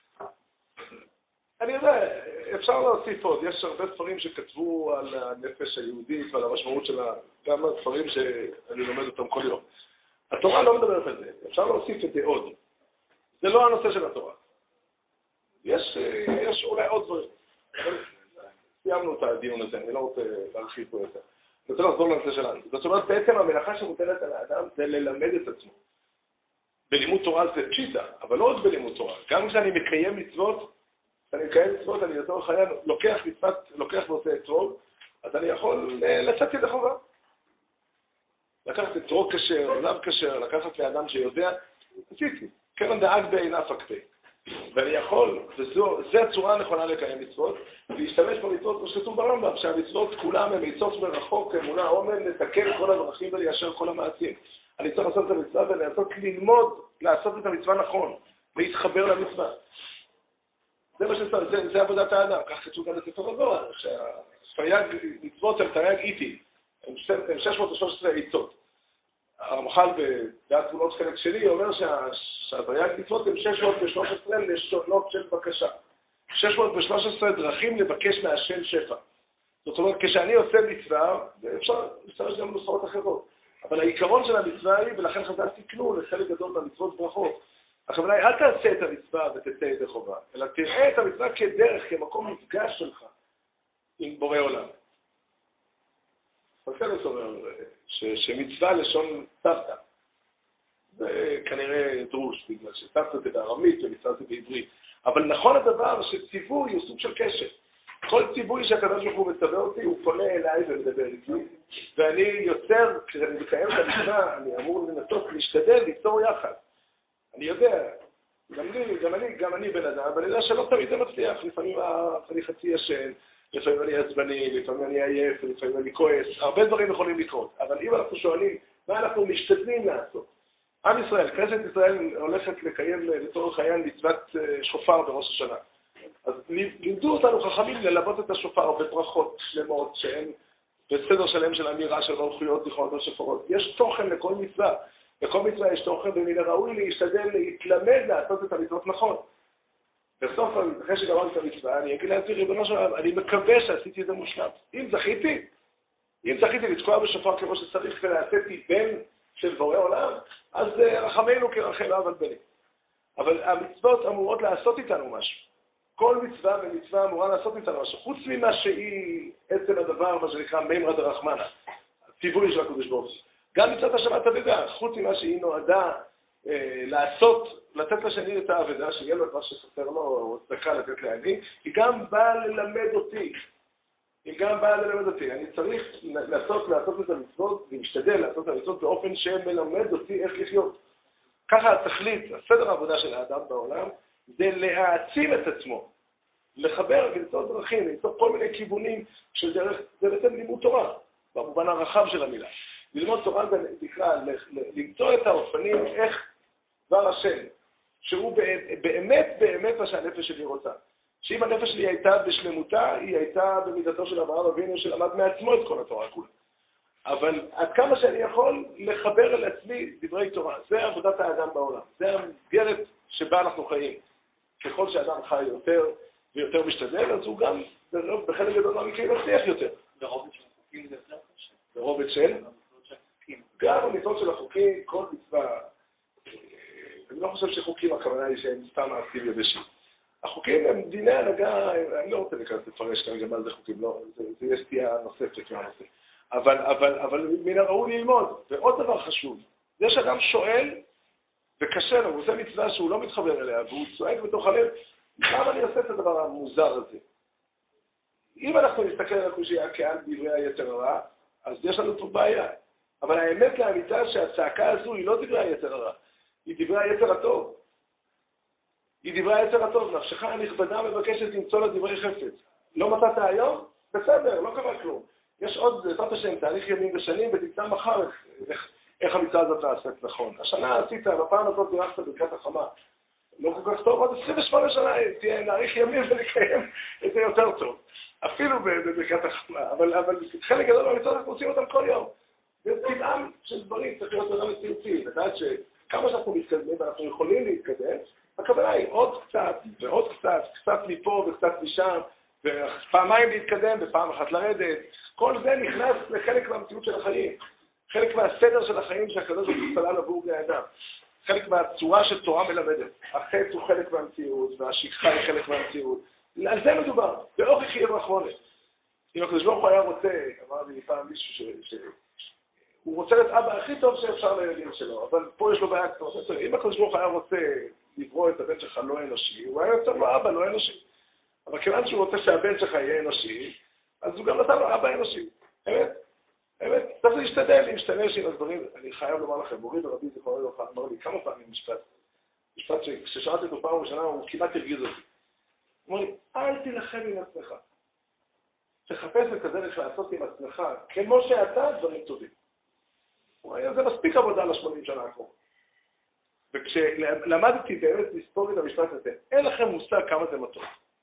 אני יודע, אפשר להוסיף עוד, יש הרבה ספרים שכתבו על הנפש היהודית ועל המשמעות שלה, גם הספרים שאני לומד אותם כל יום. התורה לא מדברת על זה, אפשר להוסיף את זה עוד. זה לא הנושא של התורה. יש, יש אולי עוד דברים. סיימנו את הדיון הזה, אני לא רוצה להרחיב פה יותר. אני רוצה לחזור לנושא שלנו. זאת אומרת, בעצם המלאכה שמוטלת על האדם זה ללמד את עצמו. בלימוד תורה זה פשיטה, אבל לא עוד בלימוד תורה. גם כשאני מקיים מצוות, כשאני מקיים מצוות, אני יותר חייב, לוקח מצוות, לוקח ועושה אתרוג, אז אני יכול לצאת ידי חובה. לקחת אתרוג כשר, לאו כשר, לקחת לאדם שיודע, עשיתי, כיוון דאג בעיניו פקפק. ואני יכול, וזו הצורה הנכונה לקיים מצוות, להשתמש במצוות כמו שכתוב ברמב"ם, שהמצוות כולם הם מצוות מרחוק, אמונה, עומד, לתקן כל הדרכים וליישר כל המעשים. אני צריך לעשות את המצווה ולעשות, ללמוד, לעשות את המצווה נכון, להתחבר למצווה. זה מה שזה, זה, זה עבודת האדם, כך כתוב גם בספר הזוהר, שהתרי"ג מצוות הם תרי"ג איטי, הם שש מאות ושלוש עשרה עיצות. הרמח"ל בדעת גבולות חלק שלי אומר שהתרי"ג מצוות הם שש מאות ושלוש עשרה לשונות של בקשה. שש מאות ושלוש עשרה דרכים לבקש מהשם שפע. זאת אומרת, כשאני עושה מצווה, אפשר להשתמש גם בנוסחאות אחרות. אבל העיקרון של המצווה היא, ולכן חז"ל תיקנו לחלק גדול מהמצוות ברכות. הכוונה היא, אל תעשה את המצווה ותצא ידי חובה, אלא תראה את המצווה כדרך, כמקום מפגש שלך עם בורא עולם. פרסלוס אומר שמצווה לשון סבתא. זה כנראה דרוש, בגלל שסבתא זה בארמית ומצווה זה בעברית. אבל נכון הדבר שציווי הוא סוג של קשר. כל ציווי שהקדוש ברוך הוא מצווה אותי, הוא פונה אליי ומדבר איתי, ואני יוצר, כשאני מקיים את המצווה, אני אמור לנסות, להשתדל, ליצור יחד. אני יודע, גם לי, גם אני, גם אני בן אדם, אבל אני יודע שלא תמיד זה מצליח. לפעמים אני חצי ישן, לפעמים אני עצבני, לפעמים אני עייף, לפעמים אני כועס. הרבה דברים יכולים לקרות. אבל אם אנחנו שואלים, מה אנחנו משתדלים לעשות? עם ישראל, כנסת ישראל הולכת לקיים לצורך העניין מצוות שופר בראש השנה. אז לימדו אותנו חכמים ללוות את השופר בפרחות שלמות, שהן בסדר שלם של אמירה של מלכויות, זיכרונות ושופרות. יש תוכן לכל מצווה. לכל מצווה יש תוכן, ומן הראוי להשתדל להתלמד לעשות את המצוות נכון. בסוף, אחרי שגמרתי את המצווה, אני אגיד לעצמי, ריבונו של עולם, אני מקווה שעשיתי את זה מושלם. אם זכיתי, אם זכיתי לתקוע בשופר כמו שצריך ולעשיתי בן של בורא עולם, אז רחמנו כרחל אב על בני. אבל המצוות אמורות לעשות איתנו משהו. כל מצווה ומצווה אמורה לעשות איתנו משהו. חוץ ממה שהיא עצם הדבר, מה שנקרא מימרא דרחמנא, הציווי של הקדוש ברוך הוא. גם מצוות השבת אבדה, חוץ ממה שהיא נועדה אה, לעשות, לתת לשני את האבדה, שיהיה לו את מה שחסר לו, או צדקה לתת לעני, היא גם באה ללמד אותי. היא גם באה ללמד אותי. אני צריך לעשות, לעשות את המצוות, להשתדל לעשות את המצוות באופן שמלמד אותי איך לחיות. ככה התכלית, הסדר העבודה של האדם בעולם, זה להעצים את עצמו, לחבר ולמצוא דרכים, למצוא כל מיני כיוונים של דרך, זה בעצם לימוד תורה, במובן הרחב של המילה. ללמוד תורה זה נקרא, למצוא את האופנים איך דבר השם, שהוא באמת באמת מה שהנפש שלי רוצה. שאם הנפש שלי הייתה בשלמותה, היא הייתה במידתו של אברהם אבינו שלמד מעצמו את כל התורה כולה. אבל עד כמה שאני יכול לחבר אל עצמי דברי תורה, זה עבודת האדם בעולם, זה המסגרת שבה אנחנו חיים. ככל שאדם חי יותר ויותר משתדל, אז הוא גם בחלק גדול מהמקרים מצליח יותר. ברובד של החוקים זה יותר קשה. ברובד של? גם המצוות של החוקים, כל מצווה, אני לא חושב שחוקים הכוונה היא שהם סתם מעשים יבשים. החוקים הם דיני הנהגה, אני לא רוצה להיכנס לפרש כרגע מה זה חוקים, לא, זה, זה יש סטייה נוספת מהנושא. אבל, אבל, אבל מן הראוי ללמוד. ועוד דבר חשוב, זה שאדם שואל וקשה לו, הוא עושה מצווה שהוא לא מתחבר אליה, והוא צועק בתוך הלב, למה אני עושה את הדבר המוזר הזה? אם אנחנו נסתכל על הקושיה כעל דברי היצר הרע, אז יש לנו פה בעיה. אבל האמת לאמיתה שהצעקה הזו היא לא דברי היצר הרע, היא דברי היצר הטוב. היא דברי היצר הטוב, נפשך הנכבדה מבקשת למצוא לה דברי חפץ. לא מצאת היום? בסדר, לא קרה כלום. יש עוד, בעזרת השם, תהליך ימים ושנים, ותמצא מחר איך, איך המצווה הזאת נעשית נכון. השנה עשית, בפעם הזאת בירכת ברכת החמה. לא כל כך טוב, עוד עשרים ושמונה שנה תהיה נאריך ימים ולקיים את זה יותר טוב. אפילו בברכת החמה. אבל, אבל חלק גדול מהמצוות אנחנו עושים אותם כל יום. זה טבעם של דברים, צריך להיות אדם מציאותי. לדעת שכמה שאנחנו מתקדמים ואנחנו יכולים להתקדם, הכוונה היא עוד קצת ועוד קצת, קצת מפה וקצת משם, ופעמיים להתקדם ופעם אחת לרדת. כל זה נכנס לחלק מהמציאות של החיים. חלק מהסדר של החיים שהקדוש ברוך הוא צלל עבור בני אדם. חלק מהצורה של תורה מלמדת. החטא הוא חלק מהמציאות, והשכחה היא חלק מהמציאות. על זה מדובר, באורך חייב רחמונת. אם הקדוש ברוך הוא היה רוצה, אמר לי פעם מישהו ש... ש... הוא רוצה להיות אבא הכי טוב שאפשר לילדים שלו, אבל פה יש לו בעיה קטנה. אם הקדוש ברוך הוא היה רוצה לברוא את הבן שלך לא אנושי, הוא היה יוצר לו אבא לא אנושי. אבל כיוון שהוא רוצה שהבן שלך יהיה אנושי, אז הוא גם נתן לו אבא אנושי. אמת? אמת? צריך להשתדל, להשתמש עם הדברים. אני חייב לומר לכם, מורי ורבי זיכרונו לברכה אמר לי כמה פעמים משפט. משפט שכששאלתי אותו פעם ראשונה, הוא כמעט הרגיז אותי. הוא אמר לי, אל תילחם עם עצמך. תחפש את הדרך לעשות עם עצמך, כמו שאתה דברים טובים. זה מספיק עבודה לשמונים שנה הקרובות. וכשלמדתי באמת לספור את המשפט הזה, אין לכם מושג כמה זה מתוק.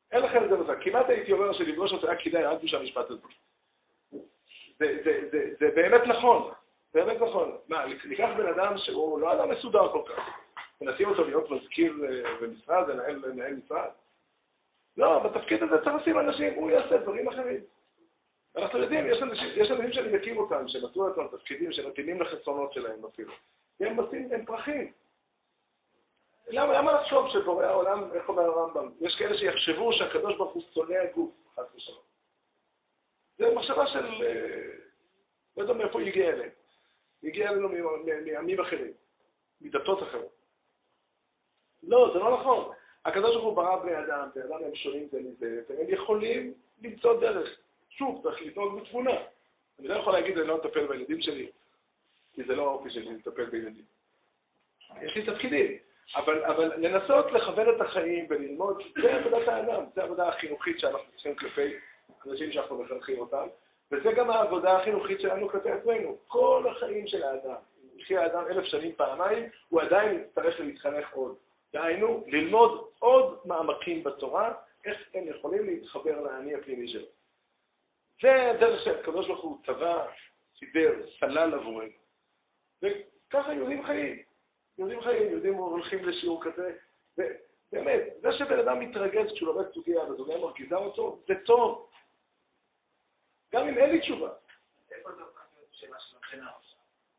אין לכם את זה בזה. כמעט הייתי אומר שלפגוש אותו היה כדאי רק בשביל המשפט הזה. זה, זה, זה, זה באמת נכון, באמת נכון. מה, ניקח בן אדם שהוא לא אדם מסודר כל כך. ונשים אותו להיות מזכיר במשרד, לנהל, לנהל משרד. לא, בתפקיד הזה צריך לשים אנשים, הוא יעשה דברים אחרים. אנחנו יודעים, יש אנשים, יש אנשים שאני מכיר אותם, שנתנו אותם תפקידים, שנתינים לחסרונות שלהם אפילו. הם עושים, הם פרחים. למה, למה לחשוב שבורא העולם, איך אומר הרמב"ם? יש כאלה שיחשבו שהקדוש ברוך הוא שונא הגוף, חס ושלום. זה מחשבה של, לא יודע מאיפה היא הגיעה אליהם. היא הגיעה אלינו מעמים אחרים, מדתות אחרות. לא, זה לא נכון. הקדוש ברוך הוא ברא בני אדם, בני אדם הם שונים זה מזה, והם יכולים למצוא דרך. שוב, צריך לתנוג בתבונה. אני לא יכול להגיד, אני לא מטפל בילדים שלי, כי זה לא האופי שלי לטפל בילדים. יש לי תפקידים, אבל, אבל לנסות לכוון את החיים וללמוד, זה עבודת האדם, זה העבודה החינוכית שאנחנו צריכים כלפי אנשים שאנחנו מחנכים אותם, וזה גם העבודה החינוכית שלנו כלפי עצמנו. כל החיים של האדם, אם יחיה האדם אלף שנים פעמיים, הוא עדיין צריך להתחנך עוד. דהיינו, ללמוד עוד מעמקים בתורה, איך הם יכולים להתחבר לעני הפנימי שלו. זה הדרך שהקדוש ברוך הוא צבא, סידר, סלל עבורנו. וככה יהודים חיים. יהודים חיים, יהודים הולכים לשיעור כזה. ובאמת, זה שבן אדם מתרגז כשהוא לומד סוגיה וסוגיה מרגיזה אותו, זה טוב. גם אם אין לי תשובה. איפה זה הופך להיות שאלה של הבחינה עכשיו?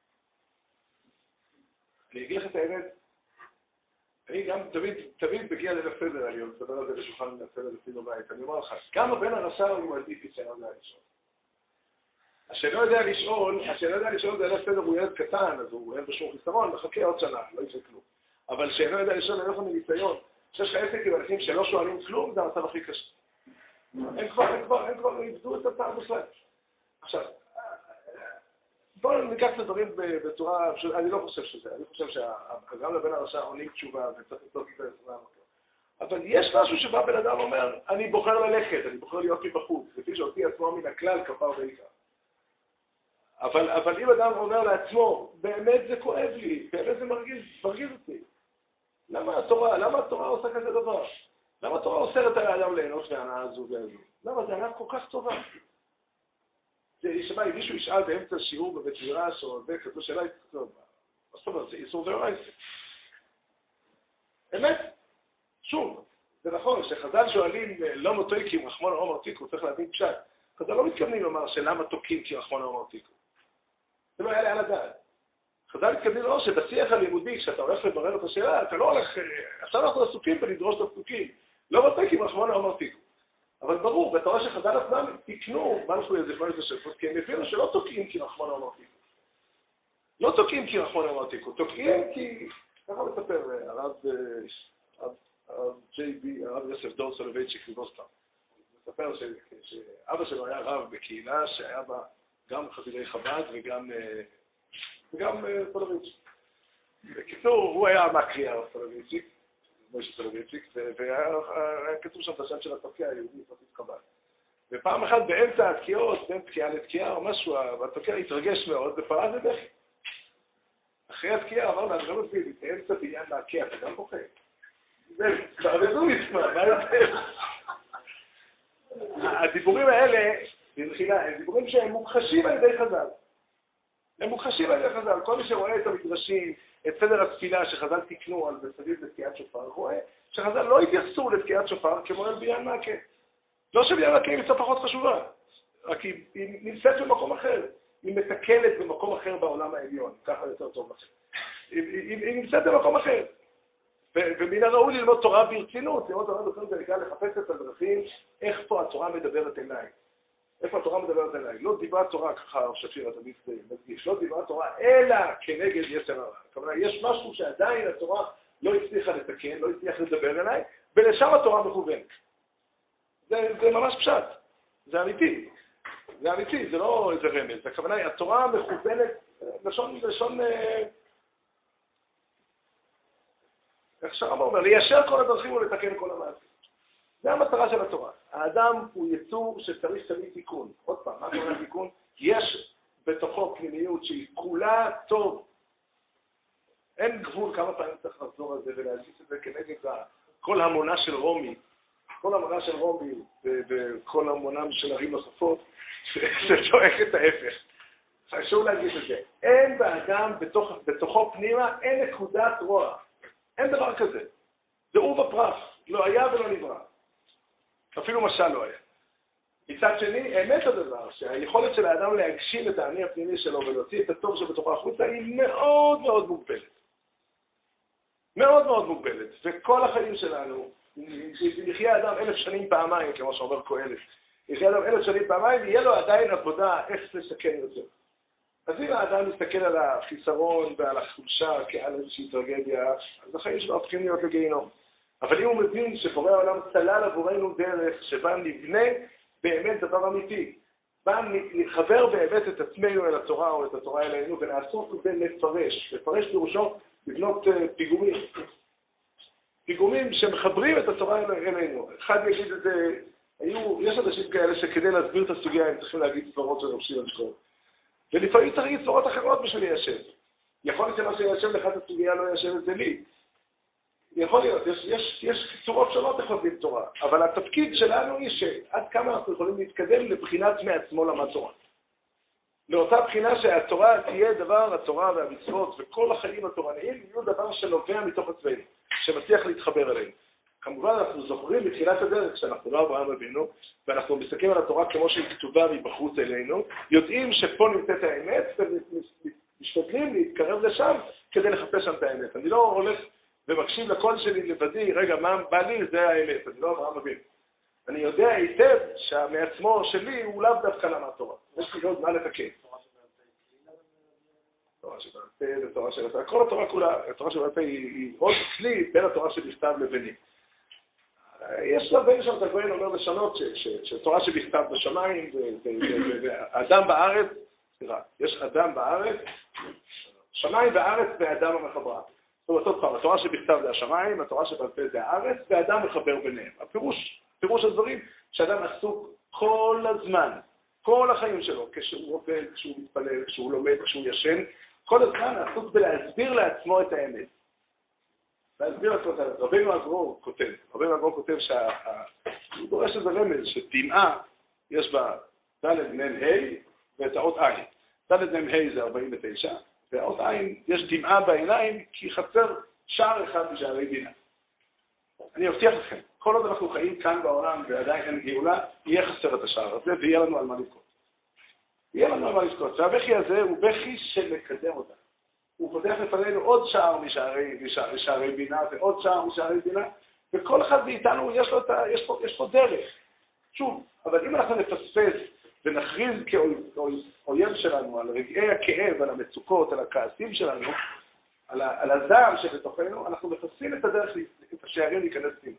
אני אגיד לך את האמת, אני גם תמיד, תמיד מגיע ליל הסדר, אני מדבר על זה בשולחן ליל הסדר לפי בבית. אני אומר לך, גם הבן הרשע הוא עדיף שלא יודע לשאול. השאלה יודע לשאול, השאלה יודע לשאול זה ליל הסדר הוא ילד קטן, אז הוא אין בשום חיסרון, מחכה עוד שנה, לא יישא כלום. אבל שאלה יודע לשאול, אני לא יכול מניסיון, שיש לך עסק עם אנשים שלא שואלים כלום, זה המצב הכי קשה. הם כבר, הם כבר, הם כבר איבדו את הצער בכלל. עכשיו, בואו ניקח את הדברים בצורה, אני לא חושב שזה, אני חושב שגם לבן הרשע עונים תשובה וצריך לצורך את זה. אבל יש משהו שבא בן אדם אומר, אני בוחר ללכת, אני בוחר להיות מבחוץ, לפי שאותי עצמו מן הכלל כפר בעיקר. אבל, אבל אם אדם אומר לעצמו, באמת זה כואב לי, באמת זה מרגיז, מרגיז אותי. למה התורה, למה התורה עושה כזה דבר? למה התורה אוסרת על האדם ליהנות מההנאה הזו והזו? למה זה הנאה כל כך טובה? זה ישמע, אם מישהו ישאל באמצע שיעור בבית מדרש או זה, כזו שאלה, טוב, מה זאת אומרת, זה איסור דאורייתא. אמת, שוב, זה נכון, שחז"ל שואלים לא מותויקים רחמנא עומר תיקו, צריך להבין פשט. חז"ל לא מתכוונים לומר שלמה תוקים כי רחמנא עומר תיקו. זה לא יעלה על הדעת. חז"ל מתכוונים לומר שבשיח הלימודי, כשאתה הולך לברר את השאלה, אתה לא הולך, עכשיו אנחנו עסוקים ולדרוש את הפסוקים. לא מותויקים רחמנא עומר תיקו. אבל ברור, ואתה רואה שחז"ל עצמם תיקנו, מה אנחנו יזכרו את השפות, כי הם הבינו שלא תוקעים כי רחמנא עומר תיקו. לא תוקעים כי רחמנא עומר תיקו, תוקעים כי, ככה מספר הרב, הרב ג'יי בי, הרב יוסף דור סולובייצ'יק מבוסטון. מספר שאבא שלו היה רב בקהילה שהיה בה גם חסידי חב"ד וגם, וגם סולובייצ'יק. בקיצור, הוא היה מהקריאה הרב סולובייצ'יק. מוישה סולובייצ'יק, והיה כתוב שם את השם של התוקע היהודי, חסיד חב"ד. ופעם אחת באמצע התקיעות, בין תקיעה לתקיעה או משהו, התוקע התרגש מאוד ופרץ לבכי. אחרי התקיעה אמר לה, אני לא מבין, באמצע בניין להקיע, אתה גם בוכה. זה, תערבזו מצווה, מה יותר? הדיבורים האלה, במחילה, הם דיבורים שהם מוכחשים על ידי חז"ל. הם מוכחשים על ידי חז"ל. כל מי שרואה את המדרשים, את סדר התפילה שחז"ל תיקנו על בסביב לתקיעת שופר, רואה שחז"ל לא התייחסו לתקיעת שופר כמו על בניין מעקה. לא שבניין מעקה היא מצווה פחות חשובה, רק היא, היא נמצאת במקום אחר. היא מתקלת במקום אחר בעולם העליון, ככה יותר טוב לכם. היא, היא, היא נמצאת במקום אחר. ו- ומן הראוי ללמוד תורה ברצינות, ללמוד תורה ברצינות זה לחפש את הדרכים, איך פה התורה מדברת אליי. איפה התורה מדברת אליי? לא דיברה תורה, ככה הרב שפיר תמיד מדגיש, לא דיברה תורה, אלא כנגד יצר הרע. כלומר, יש משהו שעדיין התורה לא הצליחה לתקן, לא הצליחה לדבר אליי, ולשם התורה מכוונת. זה, זה ממש פשט, זה אמיתי. זה אמיתי, זה לא איזה רמז. הכוונה היא, התורה מכוונת, לשון, לשון, איך שהרמב"ם אומר, ליישר כל הדרכים ולתקן כל המעשים. זה המטרה של התורה. האדם הוא יצור שצריך תמיד תיקון. עוד פעם, מה קורה תיקון? יש בתוכו פנימיות שהיא כולה טוב. אין גבול כמה פעמים צריך לחזור על זה ולהגיד את זה כנגד כל המונה של רומי. כל המראה של רומי וכל המונם של ערים נוספות, זה צועק את ההפך. חשוב להגיד את זה. אין באדם, בתוך, בתוכו פנימה, אין נקודת רוע. אין דבר כזה. זה עורבא פרח. לא היה ולא נברא. אפילו משל לא היה. מצד שני, אמת הדבר, שהיכולת של האדם להגשים את האני הפנימי שלו ולהוציא את הטוב שבתוכו החוצה, היא מאוד מאוד מוגבלת. מאוד מאוד מוגבלת. וכל החיים שלנו, יחיה האדם אלף שנים פעמיים, כמו שאומר קהלת. יחיה האדם אלף שנים פעמיים, יהיה לו עדיין עבודה איך לסכן יותר. אז אם האדם מסתכל על החיסרון ועל החולשה כעל איזושהי טרגדיה, אז החיים שלו הופכים להיות לגיהינום. אבל אם הוא מבין שבורא העולם צלל עבורנו דרך שבה נבנה באמת דבר אמיתי, בה נחבר באמת את עצמנו אל התורה או את התורה אלינו ולעשות את זה לפרש. לפרש פירושו לבנות פיגומים. פיגומים שמחברים את התורה אלינו. אחד יגיד את זה, היו, יש אנשים כאלה שכדי להסביר את הסוגיה הם צריכים להגיד סברות של רבשי למשקול. ולפעמים צריך להגיד סברות אחרות בשביל ליישב. יכול להיות שמה שיישב לך את הסוגיה לא יישב את זה לי. יכול להיות, יש, יש, יש צורות שונות איך להבין תורה, אבל התפקיד שלנו היא שעד כמה אנחנו יכולים להתקדם לבחינת מעצמו למד תורה. לאותה בחינה שהתורה תהיה דבר, התורה והמצוות וכל החיים התורניים יהיו דבר שנובע מתוך עצמנו, שמצליח להתחבר אלינו. כמובן אנחנו זוכרים בתחילת הדרך שאנחנו לא אברהם אבינו, ואנחנו מסתכלים על התורה כמו שהיא כתובה מבחוץ אלינו, יודעים שפה נמצאת האמת ומשתדלים להתקרב לשם כדי לחפש שם את האמת. אני לא הולך ומקשיב לקול שלי לבדי, רגע, מה בא לי? זה האמת, אני לא אברהם אבינו. אני יודע היטב שהמעצמו שלי הוא לאו דווקא למד תורה. יש לי עוד מה לתקן. תורה שבעל פה ותורה של עשה. כל התורה כולה, התורה שבעל פה היא עוד כלי בין התורה שבכתב לביני. יש הרבה שם תגוין אומר לשנות שתורה שבכתב בשמיים ואדם בארץ, סליחה, יש אדם בארץ, שמיים וארץ ואדם המחברה. זאת אומרת, עוד פעם, התורה שבכתב זה השמיים, התורה שבעל פה זה הארץ, ואדם מחבר ביניהם. הפירוש, פירוש הדברים שאדם עסוק כל הזמן, כל החיים שלו, כשהוא עובד, כשהוא מתפלל, כשהוא לומד, כשהוא ישן, כל הזמן עסוק בלהסביר לעצמו את האמת. להסביר לעצמו את האמת. רבינו הגרור כותב, רבינו הגרור כותב שהוא דורש איזה רמז, שדמעה יש בה ד' נ' ה' ואת האות עין. ד' נ' ה' זה ארבעים ותשע, והאות עין יש דמעה בעיניים כי חסר שער אחד משערי בינה. אני מבטיח לכם, כל עוד אנחנו חיים כאן בעולם ועדיין אין גאולה, יהיה חסר את השער הזה ויהיה לנו על מה לבכות. יהיה לנו על מה לבכות. והבכי הזה הוא בכי שמקדם אותה. הוא פותח לפנינו עוד שער משערי, משערי, משערי בינה ועוד שער משערי בינה, וכל אחד מאיתנו יש, לו את ה, יש, פה, יש פה דרך. שוב, אבל אם אנחנו נפספס ונחריז כאויב שלנו על רגעי הכאב, על המצוקות, על הכעסים שלנו, על, ה, על הזעם שבתוכנו, אנחנו מפספסים את הדרך, את השערים להיכנס פנימה.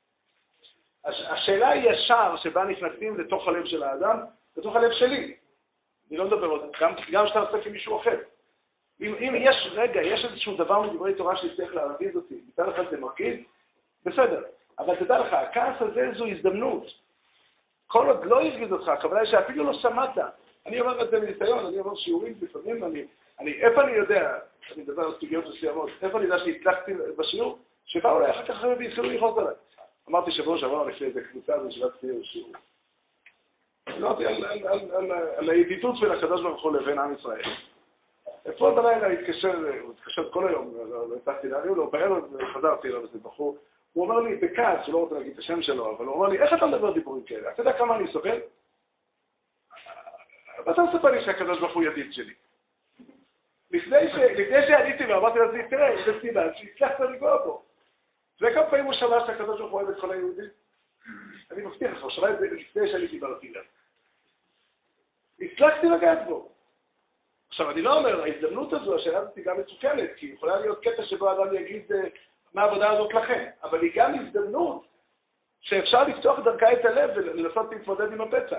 השאלה היא השער שבה נכנסים לתוך הלב של האדם, לתוך הלב שלי. אני לא מדבר עוד, גם, גם שאתה עושה כמישהו אחר. אם, אם יש רגע, יש איזשהו דבר מדברי תורה שיצטרך להרגיז אותי, מצד אחד זה מרגיז, בסדר. אבל תדע לך, הכעס הזה זו הזדמנות. כל עוד לא ירגיז אותך, הכוונה היא שאפילו לא שמעת. אני אומר את זה מניסיון, אני אומר שיעורים לפעמים, אני, אני, איפה אני יודע, אני מדבר על סוגיות מסוימות, איפה אני יודע שהצלחתי בשיעור, שבאו אולי אחר כך והתחילו ללחוץ עליי. אמרתי שבוע שעבר לפני איזה קבוצה בישיבת שיעור. אמרתי על, על, על, על, על הידידות של הקדוש ברוך הוא לבין עם ישראל. אתמול בלילה התקשר, הוא התקשר כל היום, לא הצלחתי להריעו לו, בערב חזרתי אליו וזה בחור, הוא אומר לי בכעס, שהוא לא רוצה להגיד את השם שלו, אבל הוא אומר לי, איך אתה מדבר דיבורים כאלה? אתה יודע כמה אני סובל? ואתה מספר לי שהקדוש ברוך הוא ידיד שלי. לפני שעליתי ואמרתי לעצמי, תראה, זה סיבה שהצלחת לגוע בו. וכמה פעמים הוא שמע שהקדוש ברוך הוא אוהב את כל היהודים? אני מבטיח לך, הוא שמע את זה לפני שעליתי ברתילה. הצלחתי לגעת בו. עכשיו, אני לא אומר, ההזדמנות הזו, השאלה הזאת היא גם מצוקנת, כי יכולה להיות קטע שבו אדם יגיד מה העבודה הזאת לכם, אבל היא גם הזדמנות שאפשר לפתוח דרכה את הלב ולנסות להתמודד עם הפצע.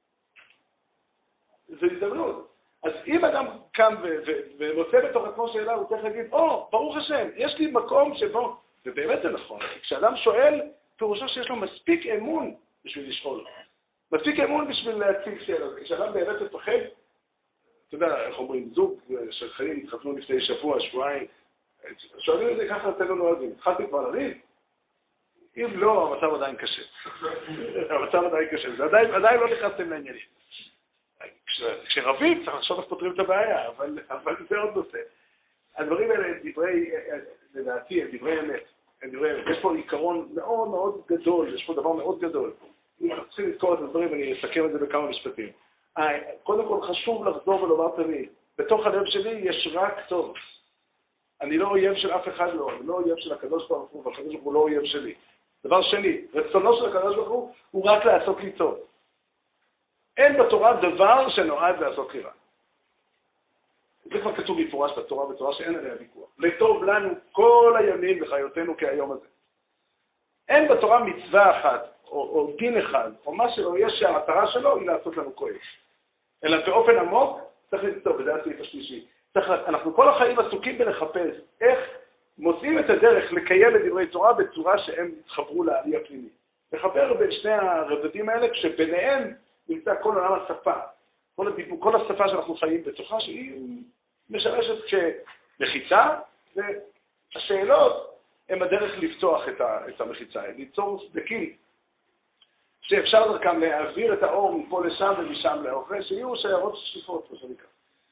זו הזדמנות. אז אם אדם קם ומוצא בתוך עצמו שאלה, הוא צריך להגיד, או, ברוך השם, יש לי מקום שבו, ובאמת זה נכון, כשאדם שואל, פירושו שיש לו מספיק אמון בשביל לשאול. מספיק אמון בשביל להציג שאלות. כשאדם באמת מפחד, אתה יודע, איך אומרים, זוג של חיים התחתנו לפני שבוע, שבועיים, שואלים את זה ככה, אתם לא נוהגים. התחלתי כבר לריב, אם לא, המצב עדיין קשה. המצב עדיין קשה. זה עדיין, עדיין לא נכנסתם לעניינים. כשרבים צריך לחשוב איך פותרים את הבעיה, אבל, אבל זה עוד נושא. הדברים האלה הם דברי, לדעתי, הם דברי אמת. הם דברי אמת. יש פה עיקרון מאוד מאוד גדול, יש פה דבר מאוד גדול. אם אנחנו צריכים לזכור את הדברים, אני אסכם את זה בכמה משפטים. קודם כל חשוב לחזור ולומר תמיד, בתוך הלב שלי יש רק טוב. אני לא אויב של אף אחד לא, אני לא אויב של הקדוש ברוך הוא, והקדוש ברוך הוא לא אויב שלי. דבר שני, רצונו של הקדוש ברוך הוא, הוא רק לעשות לי טוב. אין בתורה דבר שנועד לעשות לי רע. זה כבר כתוב מפורש בתורה, בתורה שאין עליה ויכוח. לטוב לנו כל הימים וחיותנו כהיום הזה. אין בתורה מצווה אחת, או, או דין אחד, או מה שלא יש שהמטרה שלו היא לעשות לנו כואב. אלא באופן עמוק צריך לצטוב, וזה הסעיף השלישי. צריך, אנחנו כל החיים עסוקים בלחפש איך מוצאים את הדרך לקיים את דברי תורה בצורה שהם יתחברו לעלי הפנימי. לחבר בין שני הרבדים האלה, כשביניהם נמצא כל עולם השפה. כל, הדיבור, כל השפה שאנחנו חיים בתוכה, שהיא משמשת כמחיצה, והשאלות הן הדרך לפתוח את, ה, את המחיצה, ליצור סדקים, שאפשר דרכם להעביר את האור מפה לשם ומשם לאור, שיהיו שיירות שקיפות, מה שנקרא.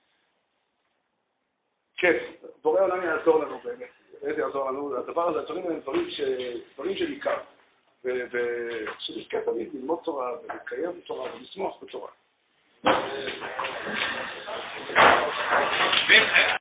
כן, בורא עולם יעזור לנו באמת, באמת יעזור לנו, הדבר הזה, הדברים הם דברים, ש... דברים שניכר, ושנזכה תמיד ללמוד תורה ולקיים תורה ולשמוח בתורה.